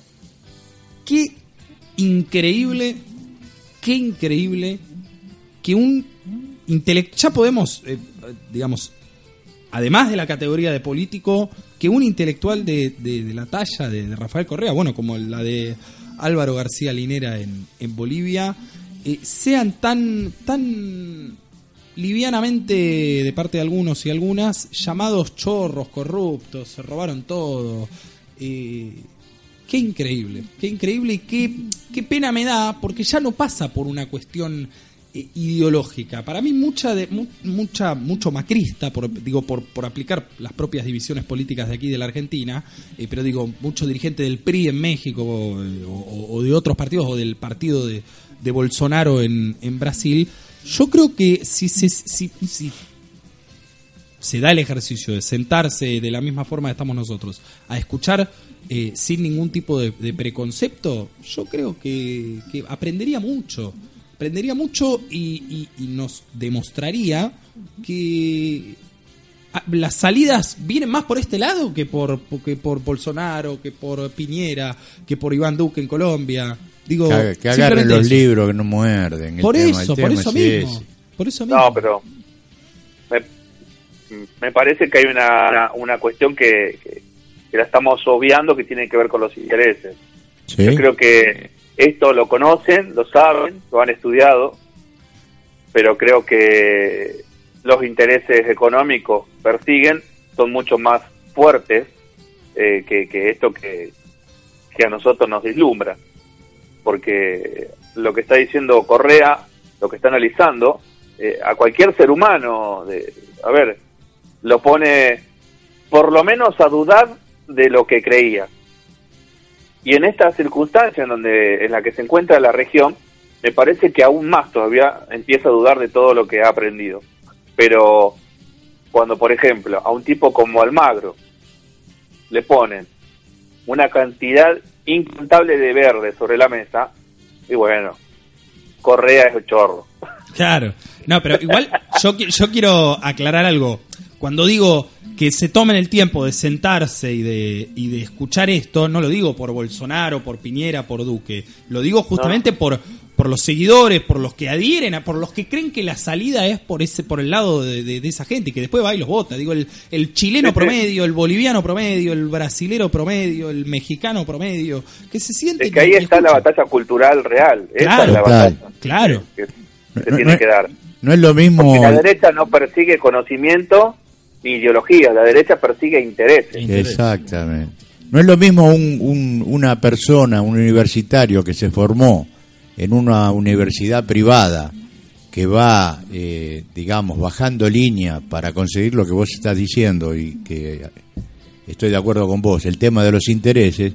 Qué increíble, qué increíble que un intelectual, ya podemos, eh, digamos, además de la categoría de político, que un intelectual de, de, de la talla de, de Rafael Correa, bueno, como la de Álvaro García Linera en, en Bolivia, eh, sean tan, tan livianamente, de parte de algunos y algunas, llamados chorros, corruptos, se robaron todo. Eh, qué increíble, qué increíble y qué, qué pena me da, porque ya no pasa por una cuestión eh, ideológica. Para mí mucha, de, mu, mucha mucho macrista, por, digo, por, por aplicar las propias divisiones políticas de aquí de la Argentina, eh, pero digo, mucho dirigente del P R I en México o, o, o de otros partidos, o del partido de, de Bolsonaro en, en Brasil. Yo creo que si se, si, si se da el ejercicio de sentarse de la misma forma que estamos nosotros, a escuchar eh, sin ningún tipo de, de preconcepto, yo creo que, que aprendería mucho, aprendería mucho y, y, y nos demostraría que las salidas vienen más por este lado que por, que por Bolsonaro, que por Piñera, que por Iván Duque en Colombia. Digo, que, que agarren los eso. libros que no muerden. Por el eso, tema, por eso mismo. Es. Por eso mismo. No, pero me, me parece que hay una, una, una cuestión que, que, que la estamos obviando, que tiene que ver con los intereses. ¿Sí? Yo creo que esto lo conocen, lo saben, lo han estudiado, pero creo que los intereses económicos persiguen son mucho más fuertes eh, que, que esto que, que a nosotros nos vislumbra. Porque lo que está diciendo Correa, lo que está analizando, eh, a cualquier ser humano, de, a ver, lo pone por lo menos a dudar de lo que creía. Y en esta circunstancia en donde en la que se encuentra la región, me parece que aún más todavía empieza a dudar de todo lo que ha aprendido. Pero cuando, por ejemplo, a un tipo como Almagro le ponen una cantidad incontable de verde sobre la mesa, y bueno, Correa es el chorro. Claro, no, pero igual yo, yo quiero aclarar algo. Cuando digo que se tomen el tiempo de sentarse y de, y de escuchar esto, no lo digo por Bolsonaro, por Piñera, por Duque, lo digo justamente no. por, por los seguidores, por los que adhieren, a, por los que creen que la salida es por ese por el lado de, de, de esa gente, que después va y los vota. Digo, el, el chileno promedio, el boliviano promedio, el brasilero promedio, el mexicano promedio, que se siente... Es que ahí está la batalla cultural real. Esa Claro, es la batalla claro. que se No, tiene no, que dar. No es lo mismo. Porque la derecha no persigue conocimiento ni ideología, la derecha persigue intereses. Exactamente. No es lo mismo un, un, una persona, un universitario que se formó en una universidad privada, que va, eh, digamos, bajando línea para conseguir lo que vos estás diciendo, y que estoy de acuerdo con vos, el tema de los intereses,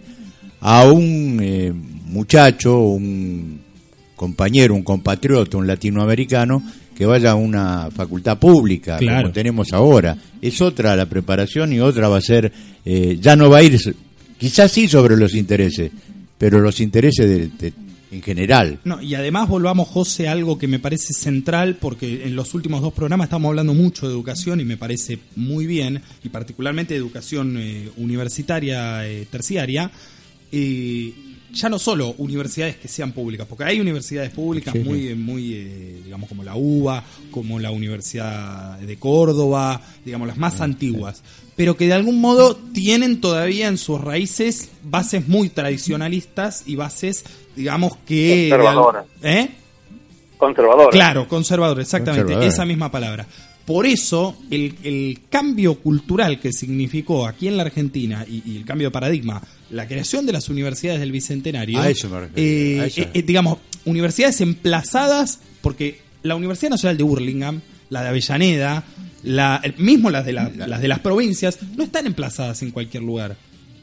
a un eh, muchacho, un compañero, un compatriota, un latinoamericano, que vaya a una facultad pública, Claro. como tenemos ahora. Es otra la preparación, y otra va a ser, eh, ya no va a ir, quizás sí sobre los intereses, pero los intereses de, de, en general. No, y además volvamos, José, a algo que me parece central, porque en los últimos dos programas estamos hablando mucho de educación y me parece muy bien, y particularmente de educación eh, universitaria eh, terciaria, eh, ya no solo universidades que sean públicas, porque hay universidades públicas Sí. muy, muy eh, digamos, como la U B A, como la Universidad de Córdoba, digamos, las más antiguas, pero que de algún modo tienen todavía en sus raíces bases muy tradicionalistas y bases, digamos, que... Conservadoras. ¿Eh? Conservadora. Claro, conservador, exactamente, Conservadora. esa misma palabra. Por eso, el, el cambio cultural que significó aquí en la Argentina y, y el cambio de paradigma, la creación de las universidades del Bicentenario, A eso me refería, eh, a eso. eh, eh, digamos, universidades emplazadas, porque la Universidad Nacional de Burlingame, la de Avellaneda, la, el- mismo las de, la- las de las provincias, no están emplazadas en cualquier lugar.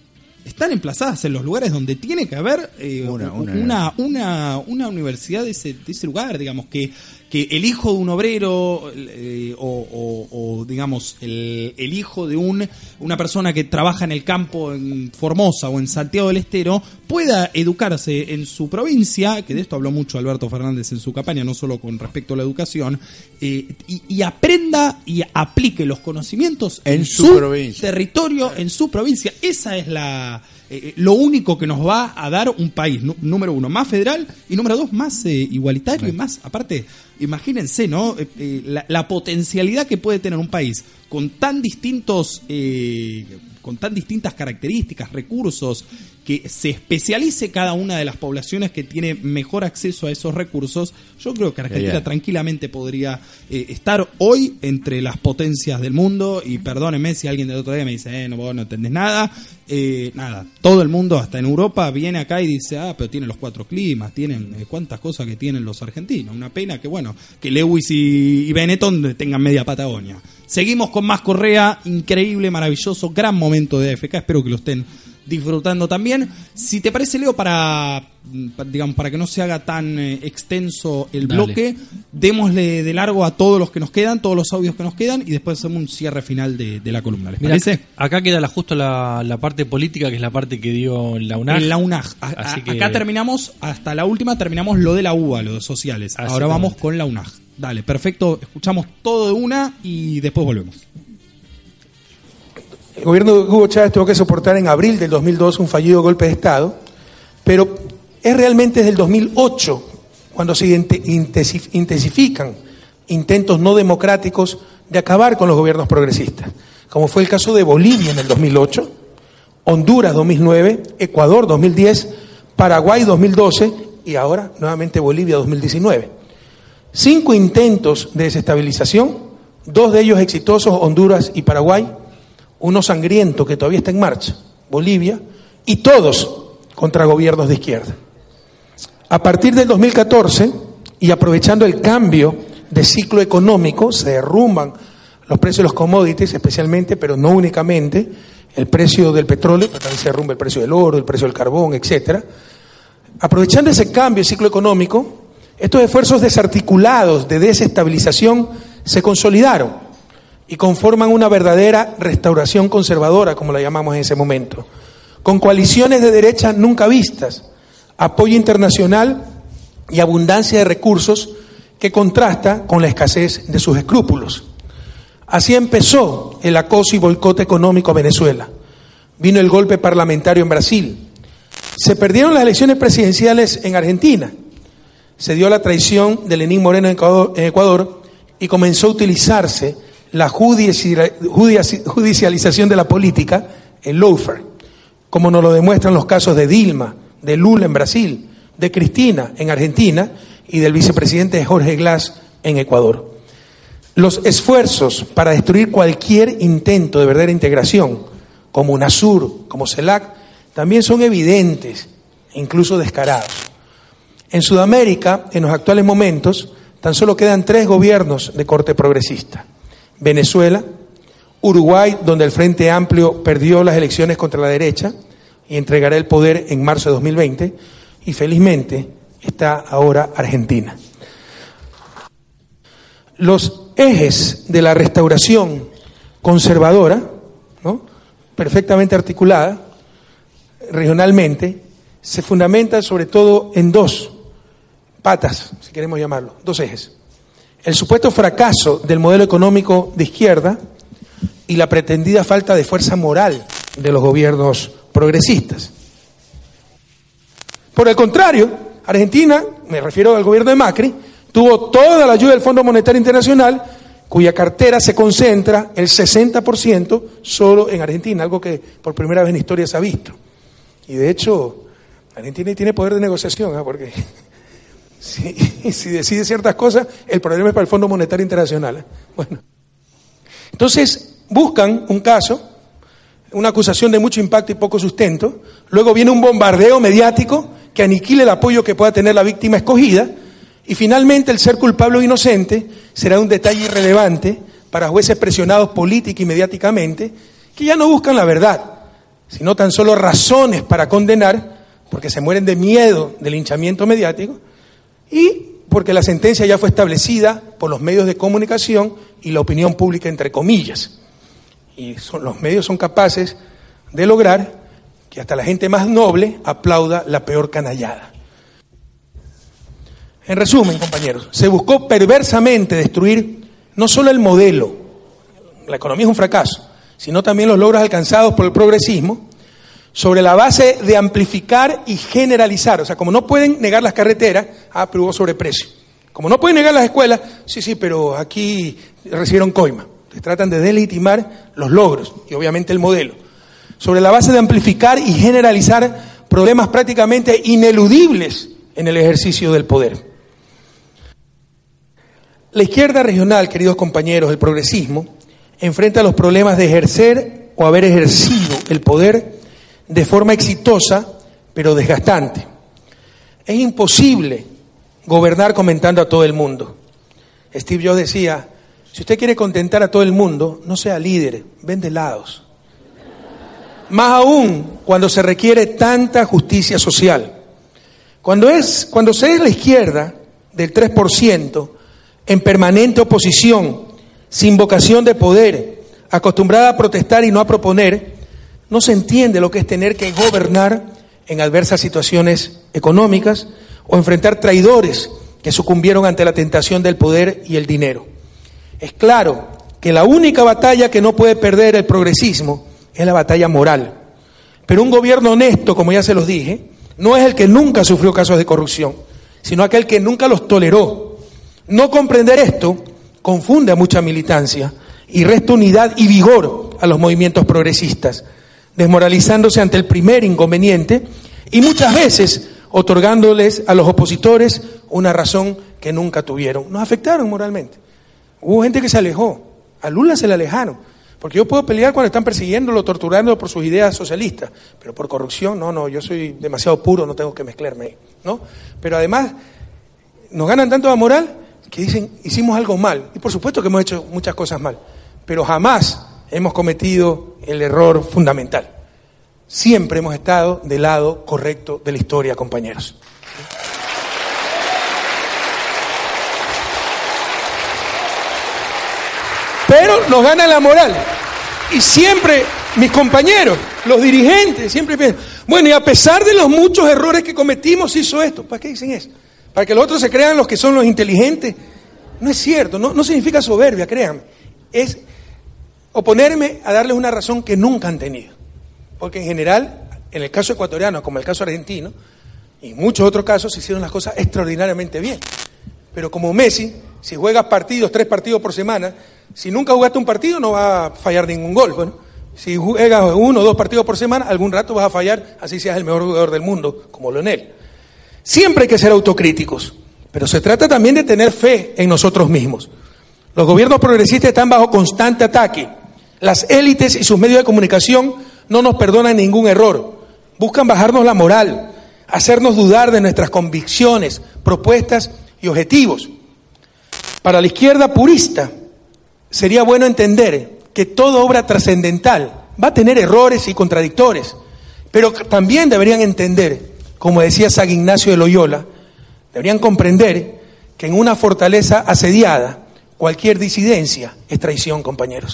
Están emplazadas en los lugares donde tiene que haber eh, Una- una, una- una, una, una universidad de ese, de ese lugar, digamos, que, que el hijo de un obrero eh, o, o- o, digamos, el, el hijo de un, una persona que trabaja en el campo en Formosa o en Santiago del Estero pueda educarse en su provincia, que de esto habló mucho Alberto Fernández en su campaña, no solo con respecto a la educación, eh, y, y aprenda y aplique los conocimientos En en, su su, provincia. territorio, en su provincia. Esa es la eh, lo único que nos va a dar un país, nu- número uno, más federal, y número dos, más eh, igualitario y más, aparte, imagínense, ¿no? Eh, eh, la, la potencialidad que puede tener un país con tan distintos, eh, con tan distintas características, recursos, que se especialice cada una de las poblaciones que tiene mejor acceso a esos recursos. Yo creo que Argentina Ya, ya. tranquilamente podría eh, estar hoy entre las potencias del mundo, y perdónenme si alguien del otro día me dice, eh, no, vos no entendés nada, eh, nada, todo el mundo, hasta en Europa, viene acá y dice, ah, pero tienen los cuatro climas, tienen eh, cuántas cosas que tienen los argentinos, una pena que, bueno, que Lewis y, y Benetton tengan media Patagonia. Seguimos con más Correa, increíble, maravilloso, gran momento de A F K, espero que lo estén disfrutando también. Si te parece, Leo, para, para, digamos, para que no se haga tan eh, extenso el Dale. bloque, démosle de largo a todos los que nos quedan, todos los audios que nos quedan, y después hacemos un cierre final de, de la columna. ¿Les Mira, parece? acá queda la, justo la, la parte política, que es la parte que dio la U N A G. En la U N A G. A- Así a- que- Acá terminamos, hasta la última, terminamos lo de la U B A, lo de sociales. Ahora Exactamente. vamos con la U N A G. Dale, perfecto. Escuchamos todo de una y después volvemos. El gobierno de Hugo Chávez tuvo que soportar en abril del dos mil dos un fallido golpe de Estado, pero es realmente desde el dos mil ocho cuando se inte- intensif- intensifican intentos no democráticos de acabar con los gobiernos progresistas, como fue el caso de Bolivia en el dos mil ocho, Honduras dos mil nueve, Ecuador dos mil diez, Paraguay dos mil doce y ahora nuevamente Bolivia dos mil diecinueve. Cinco intentos de desestabilización, dos de ellos exitosos, Honduras y Paraguay, uno sangriento que todavía está en marcha, Bolivia, y todos contra gobiernos de izquierda. A partir del dos mil catorce, y aprovechando el cambio de ciclo económico, se derrumban los precios de los commodities, especialmente, pero no únicamente, el precio del petróleo, pero también se derrumba el precio del oro, el precio del carbón, etcétera. Aprovechando ese cambio de ciclo económico, estos esfuerzos desarticulados de desestabilización se consolidaron y conforman una verdadera restauración conservadora, como la llamamos en ese momento, con coaliciones de derecha nunca vistas, apoyo internacional y abundancia de recursos que contrasta con la escasez de sus escrúpulos. Así empezó el acoso y boicot económico a Venezuela. Vino el golpe parlamentario en Brasil. Se perdieron las elecciones presidenciales en Argentina. se dio la traición de Lenín Moreno en Ecuador, en Ecuador y comenzó a utilizarse la judicialización de la política, el lawfare, como nos lo demuestran los casos de Dilma, de Lula en Brasil, de Cristina en Argentina y del vicepresidente Jorge Glass en Ecuador. Los esfuerzos para destruir cualquier intento de verdadera integración, como UNASUR, como CELAC, también son evidentes e incluso descarados. En Sudamérica, en los actuales momentos, tan solo quedan tres gobiernos de corte progresista. Venezuela, Uruguay, donde el Frente Amplio perdió las elecciones contra la derecha y entregará el poder en marzo de dos mil veinte, y felizmente está ahora Argentina. Los ejes de la restauración conservadora, ¿no?, perfectamente articulada regionalmente, se fundamenta sobre todo en dos patas, si queremos llamarlo, dos ejes. El supuesto fracaso del modelo económico de izquierda y la pretendida falta de fuerza moral de los gobiernos progresistas. Por el contrario, Argentina, me refiero al gobierno de Macri, tuvo toda la ayuda del Fondo Monetario Internacional, cuya cartera se concentra el sesenta por ciento solo en Argentina, algo que por primera vez en la historia se ha visto. Y de hecho, Argentina tiene poder de negociación, ¿eh? Porque si, si decide ciertas cosas, el problema es para el Fondo Monetario Internacional, ¿eh? Bueno, entonces buscan un caso, una acusación de mucho impacto y poco sustento, luego viene un bombardeo mediático que aniquile el apoyo que pueda tener la víctima escogida, y finalmente el ser culpable o inocente será un detalle irrelevante para jueces presionados política y mediáticamente, que ya no buscan la verdad, sino tan solo razones para condenar, porque se mueren de miedo del linchamiento mediático y porque la sentencia ya fue establecida por los medios de comunicación y la opinión pública, entre comillas. Y son, los medios son capaces de lograr que hasta la gente más noble aplauda la peor canallada. En resumen, compañeros, se buscó perversamente destruir no solo el modelo, la economía es un fracaso, sino también los logros alcanzados por el progresismo, sobre la base de amplificar y generalizar. O sea, como no pueden negar las carreteras, ah, pero hubo sobreprecio. Como no pueden negar las escuelas, sí, sí, pero aquí recibieron coima. Se tratan de delegitimar los logros y obviamente el modelo. Sobre la base de amplificar y generalizar problemas prácticamente ineludibles en el ejercicio del poder. La izquierda regional, queridos compañeros, el progresismo, enfrenta los problemas de ejercer o haber ejercido el poder de forma exitosa, pero desgastante. Es imposible gobernar comentando a todo el mundo. Steve Jobs decía, si usted quiere contentar a todo el mundo, no sea líder, vende helados. Más aún cuando se requiere tanta justicia social. Cuando, es, cuando se es la izquierda del tres por ciento, en permanente oposición, sin vocación de poder, acostumbrada a protestar y no a proponer, no se entiende lo que es tener que gobernar en adversas situaciones económicas o enfrentar traidores que sucumbieron ante la tentación del poder y el dinero. Es claro que la única batalla que no puede perder el progresismo es la batalla moral. Pero un gobierno honesto, como ya se los dije, no es el que nunca sufrió casos de corrupción, sino aquel que nunca los toleró. No comprender esto confunde a mucha militancia y resta unidad y vigor a los movimientos progresistas, desmoralizándose ante el primer inconveniente y muchas veces otorgándoles a los opositores una razón que nunca tuvieron. Nos afectaron moralmente. Hubo gente que se alejó, a Lula se le alejaron, porque yo puedo pelear cuando están persiguiéndolo, torturándolo por sus ideas socialistas, pero por corrupción, no, no, yo soy demasiado puro, no tengo que mezclarme ahí, ¿no? Pero además nos ganan tanto la moral que dicen, hicimos algo mal, y por supuesto que hemos hecho muchas cosas mal, pero jamás hemos cometido el error fundamental. Siempre hemos estado del lado correcto de la historia, compañeros. Pero nos gana la moral. Y siempre mis compañeros, los dirigentes, siempre piensan, bueno, y a pesar de los muchos errores que cometimos, hizo esto. ¿Para qué dicen eso? Para que los otros se crean los que son los inteligentes. No es cierto, no, no significa soberbia, créanme. Es oponerme a darles una razón que nunca han tenido. Porque en general, en el caso ecuatoriano como en el caso argentino, y en muchos otros casos se hicieron las cosas extraordinariamente bien. Pero como Messi, si juegas partidos, tres partidos por semana, si nunca jugaste un partido no vas a fallar ningún gol. Bueno, si juegas uno o dos partidos por semana, algún rato vas a fallar, así seas el mejor jugador del mundo, como Lionel. Siempre hay que ser autocríticos, pero se trata también de tener fe en nosotros mismos. Los gobiernos progresistas están bajo constante ataque. Las élites y sus medios de comunicación no nos perdonan ningún error. Buscan bajarnos la moral, hacernos dudar de nuestras convicciones, propuestas y objetivos. Para la izquierda purista, sería bueno entender que toda obra trascendental va a tener errores y contradictores, pero también deberían entender, como decía San Ignacio de Loyola, deberían comprender que en una fortaleza asediada, cualquier disidencia es traición, compañeros.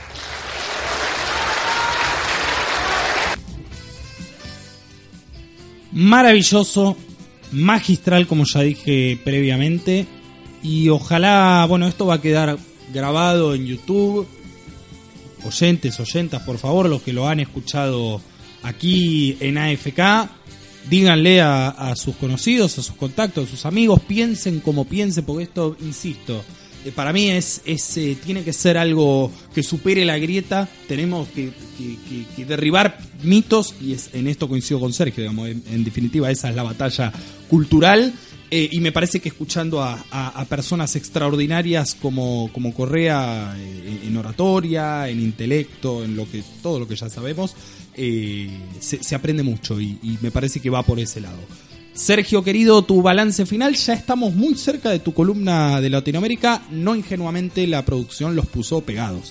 Maravilloso, magistral, como ya dije previamente, y ojalá, bueno, esto va a quedar grabado en YouTube. Oyentes, oyentas, por favor, los que lo han escuchado aquí en A F K, díganle a, a sus conocidos, a sus contactos, a sus amigos, piensen como piensen, porque esto, insisto, eh, para mí es, es eh, tiene que ser algo que supere la grieta. Tenemos que, que, que, que derribar mitos, y es, en esto coincido con Sergio, digamos, en, en definitiva esa es la batalla cultural. Eh, y me parece que escuchando a, a, a personas extraordinarias como, como Correa, eh, en oratoria, en intelecto, en lo que todo lo que ya sabemos, eh, se, se aprende mucho, y, y me parece que va por ese lado. Sergio, querido, tu balance final. Ya estamos muy cerca de tu columna de Latinoamérica. No ingenuamente la producción los puso pegados.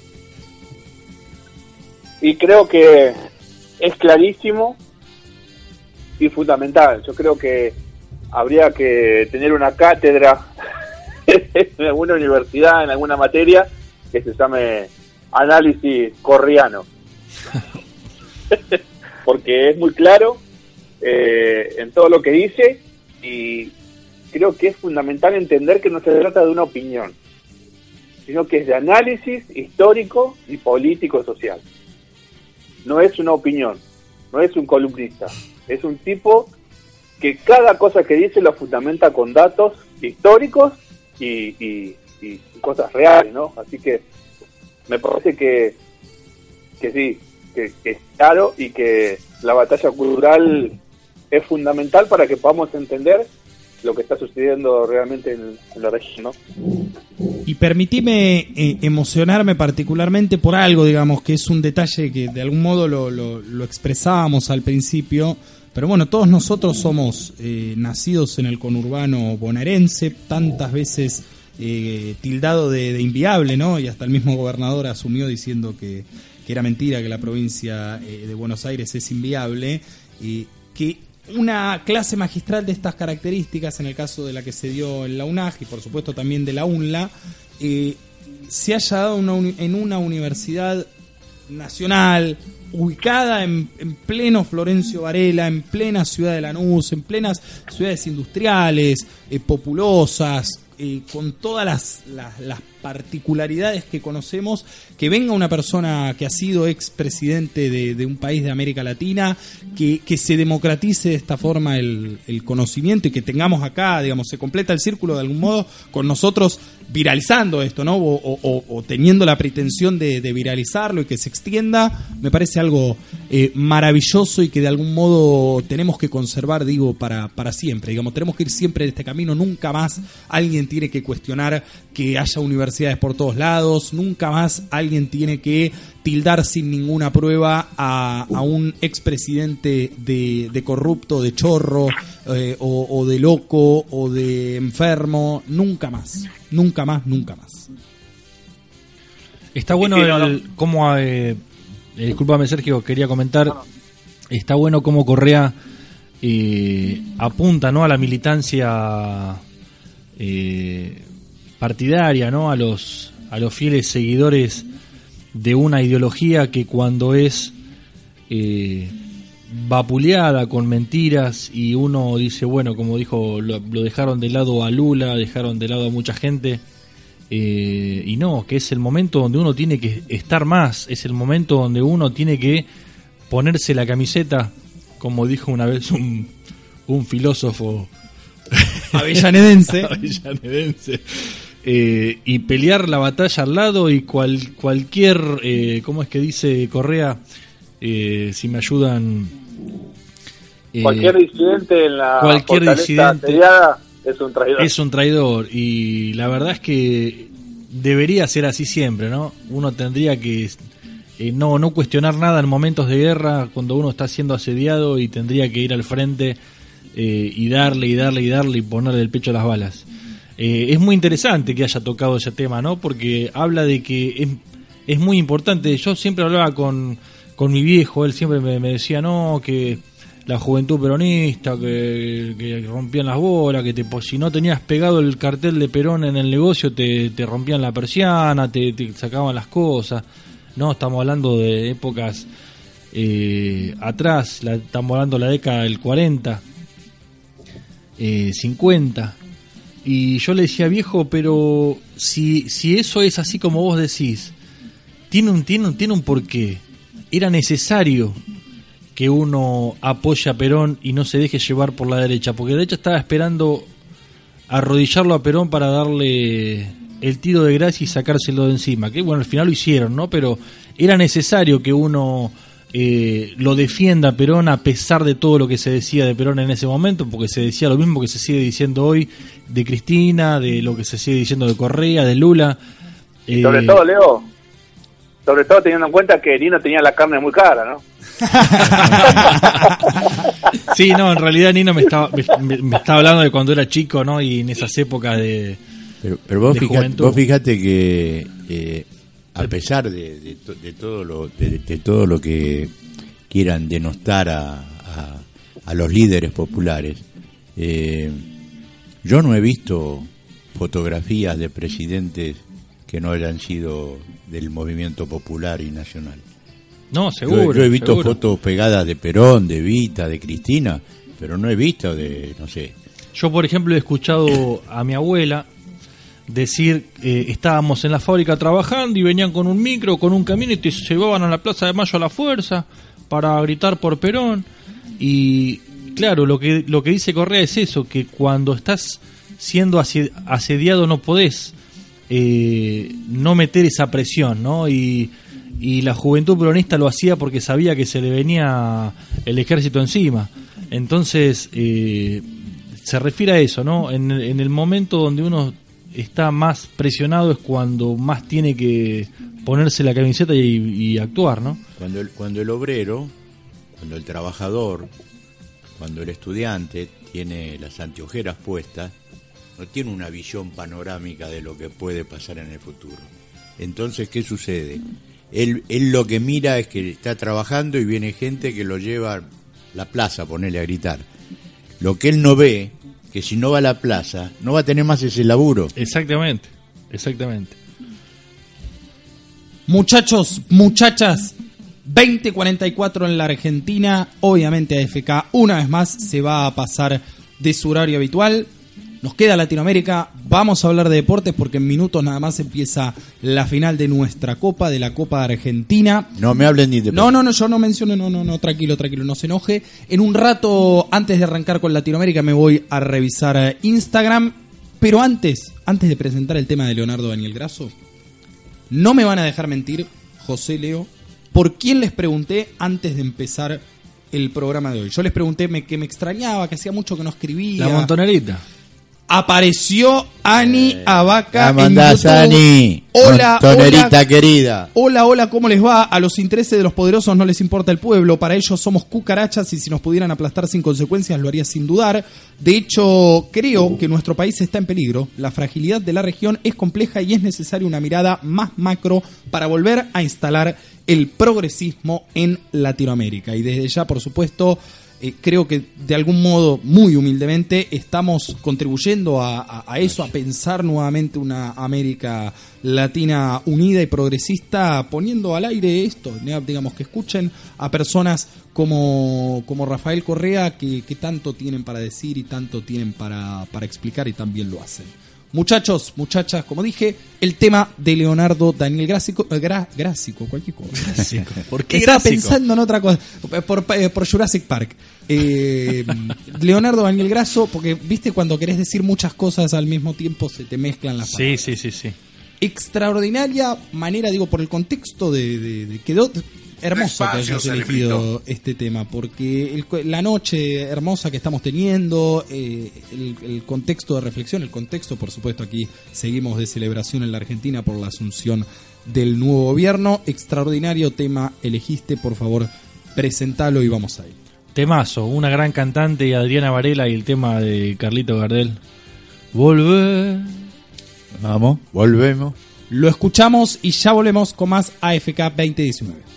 Y creo que es clarísimo y fundamental. Yo creo que habría que tener una cátedra en alguna universidad, en alguna materia, que se llame análisis correano. Porque es muy claro eh, en todo lo que dice, y creo que es fundamental entender que no se trata de una opinión, sino que es de análisis histórico y político-social. No es una opinión, no es un columnista, es un tipo que cada cosa que dice lo fundamenta con datos históricos y, y, y cosas reales, ¿no? Así que me parece que, que sí, que, que es claro, y que la batalla cultural es fundamental para que podamos entender lo que está sucediendo realmente en, en la región, ¿no? Y permitime eh, emocionarme particularmente por algo, digamos, que es un detalle que de algún modo lo, lo, lo expresábamos al principio. Pero bueno, todos nosotros somos eh, nacidos en el conurbano bonaerense, tantas veces eh, tildado de, de inviable, ¿no? Y hasta el mismo gobernador asumió diciendo que, que era mentira, que la provincia eh, de Buenos Aires es inviable. Eh, que una clase magistral de estas características, en el caso de la que se dio en la UNAG y por supuesto también de la UNLA, eh, se haya dado una uni- en una universidad nacional, ubicada en, en pleno Florencio Varela, en plena ciudad de Lanús, en plenas ciudades industriales, eh, populosas, eh, con todas las, las, las particularidades que conocemos, que venga una persona que ha sido expresidente de, de un país de América Latina, que, que se democratice de esta forma el, el conocimiento, y que tengamos acá, digamos, se completa el círculo de algún modo con nosotros viralizando esto, ¿no? O, o, o teniendo la pretensión de, de viralizarlo y que se extienda. Me parece algo eh, maravilloso, y que de algún modo tenemos que conservar, digo, para, para siempre. Digamos, tenemos que ir siempre en este camino. Nunca más alguien tiene que cuestionar que haya universidades por todos lados. Nunca más alguien tiene que tildar sin ninguna prueba a, a un expresidente de, de corrupto, de chorro, eh, o, o de loco, o de enfermo. Nunca más. Nunca más, nunca más. Está bueno el cómo, eh, eh, discúlpame Sergio, quería comentar, está bueno cómo Correa eh, apunta, ¿no?, a la militancia eh, partidaria, ¿no?, a los a los fieles seguidores de una ideología que cuando es eh, vapuleada con mentiras, y uno dice, bueno, como dijo, lo, lo dejaron de lado a Lula, dejaron de lado a mucha gente, eh, y no, que es el momento donde uno tiene que estar más, es el momento donde uno tiene que ponerse la camiseta, como dijo una vez un, un filósofo Avellanedense. Avellanedense. Eh, y pelear la batalla al lado y cual, cualquier, eh, ¿cómo es que dice Correa? Eh, si me ayudan... eh, Cualquier disidente en la cualquier fortaleza disidente asediada es un traidor. es un traidor, y la verdad es que debería ser así siempre, ¿no? Uno tendría que eh, no, no cuestionar nada en momentos de guerra cuando uno está siendo asediado, y tendría que ir al frente eh, y darle y darle y darle y ponerle el pecho a las balas. Eh, es muy interesante que haya tocado ese tema, ¿no? Porque habla de que es, es muy importante. Yo siempre hablaba con, con mi viejo, él siempre me, me decía, no, que la juventud peronista, que, que rompían las bolas, que te, pues, si no tenías pegado el cartel de Perón en el negocio, te, te rompían la persiana, te, te sacaban las cosas. No, estamos hablando de épocas eh, atrás, la, estamos hablando de la década del cuarenta, eh, cincuenta. Y yo le decía, viejo, pero si, si eso es así como vos decís, tiene un, tiene un, tiene un porqué. Era necesario que uno apoye a Perón y no se deje llevar por la derecha, porque la derecha estaba esperando arrodillarlo a Perón para darle el tiro de gracia y sacárselo de encima, que bueno, al final lo hicieron, ¿no? Pero era necesario que uno eh, lo defienda a Perón a pesar de todo lo que se decía de Perón en ese momento, porque se decía lo mismo que se sigue diciendo hoy de Cristina, de lo que se sigue diciendo de Correa, de Lula. Y sobre eh, todo, Leo, sobre todo teniendo en cuenta que Nino tenía la carne muy cara, ¿no? Sí, no, en realidad Nino me estaba, me, me estaba hablando de cuando era chico, ¿no? Y en esas épocas de Pero, pero vos, de fijate, juventud. vos fíjate que eh, a pesar de, de, to, de todo lo de, de todo lo que quieran denostar a, a, a los líderes populares, eh, yo no he visto fotografías de presidentes que no hayan sido del movimiento popular y nacional. No, seguro. Yo, yo he visto seguro. fotos pegadas de Perón, de Evita, de Cristina, pero no he visto de, no sé. Yo, por ejemplo, he escuchado a mi abuela decir, eh, estábamos en la fábrica trabajando y venían con un micro, con un camión y te llevaban a la Plaza de Mayo a la fuerza para gritar por Perón. Y claro, lo que lo que dice Correa es eso, que cuando estás siendo asediado no podés eh, no meter esa presión, ¿no? Y, y la juventud peronista lo hacía porque sabía que se le venía el ejército encima. Entonces, eh, se refiere a eso, ¿no? En, en el momento donde uno está más presionado es cuando más tiene que ponerse la camiseta y, y actuar, ¿no? Cuando el, cuando el obrero, cuando el trabajador, cuando el estudiante tiene las anteojeras puestas, no tiene una visión panorámica de lo que puede pasar en el futuro. Entonces, ¿qué sucede? Él, él lo que mira es que está trabajando y viene gente que lo lleva a la plaza, ponerle a gritar. Lo que él no ve, que si no va a la plaza, no va a tener más ese laburo. Exactamente, exactamente. Muchachos, muchachas, veinte cuarenta y cuatro en la Argentina. Obviamente A F K una vez más se va a pasar de su horario habitual. Nos queda Latinoamérica, vamos a hablar de deportes porque en minutos nada más empieza la final de nuestra Copa, de la Copa de Argentina. No me hablen ni de... No, no, no, yo no menciono, no, no, no, tranquilo, tranquilo, no se enoje. En un rato, antes de arrancar con Latinoamérica, me voy a revisar Instagram. Pero antes, antes de presentar el tema de Leonardo Daniel Grasso, no me van a dejar mentir, José, Leo, por quién les pregunté antes de empezar el programa de hoy. Yo les pregunté me, que me extrañaba, que hacía mucho que no escribía. La montonerita. Apareció Ani Eh, Abaca ¿cómo en andás, YouTube. Ani? Hola, Montonerita hola. querida. Hola, hola, ¿cómo les va? A los intereses de los poderosos no les importa el pueblo. Para ellos somos cucarachas y si nos pudieran aplastar sin consecuencias lo haría sin dudar. De hecho, creo que nuestro país está en peligro. La fragilidad de la región es compleja y es necesaria una mirada más macro para volver a instalar el progresismo en Latinoamérica. Y desde ya, por supuesto... Eh, creo que de algún modo, muy humildemente, estamos contribuyendo a, a, a eso, a pensar nuevamente una América Latina unida y progresista, poniendo al aire esto, digamos, que escuchen a personas como, como Rafael Correa, que, que tanto tienen para decir y tanto tienen para, para explicar y también lo hacen. Muchachos, muchachas, como dije, el tema de Leonardo Daniel Grásico, eh, gra, Grásico, cualquier cosa. Grásico. ¿Por qué Estaba Grásico? pensando en otra cosa, por, por, por Jurassic Park. Eh, Leonardo Daniel Grasso, porque viste cuando querés decir muchas cosas al mismo tiempo se te mezclan las palabras. Sí, sí, sí, sí. Extraordinaria manera, digo, por el contexto de, de, de quedó hermoso que hayas Despacio, elegido este tema, porque el- la noche hermosa que estamos teniendo, eh, el, el contexto de reflexión, el contexto, por supuesto, aquí seguimos de celebración en la Argentina por la asunción del nuevo gobierno. Extraordinario tema elegiste, por favor, presentalo y vamos a ir. Temazo, una gran cantante, Adriana Varela, y el tema de Carlito Gardel. Volver. Vamos, volvemos. Lo escuchamos y ya volvemos con más A F K veinte diecinueve.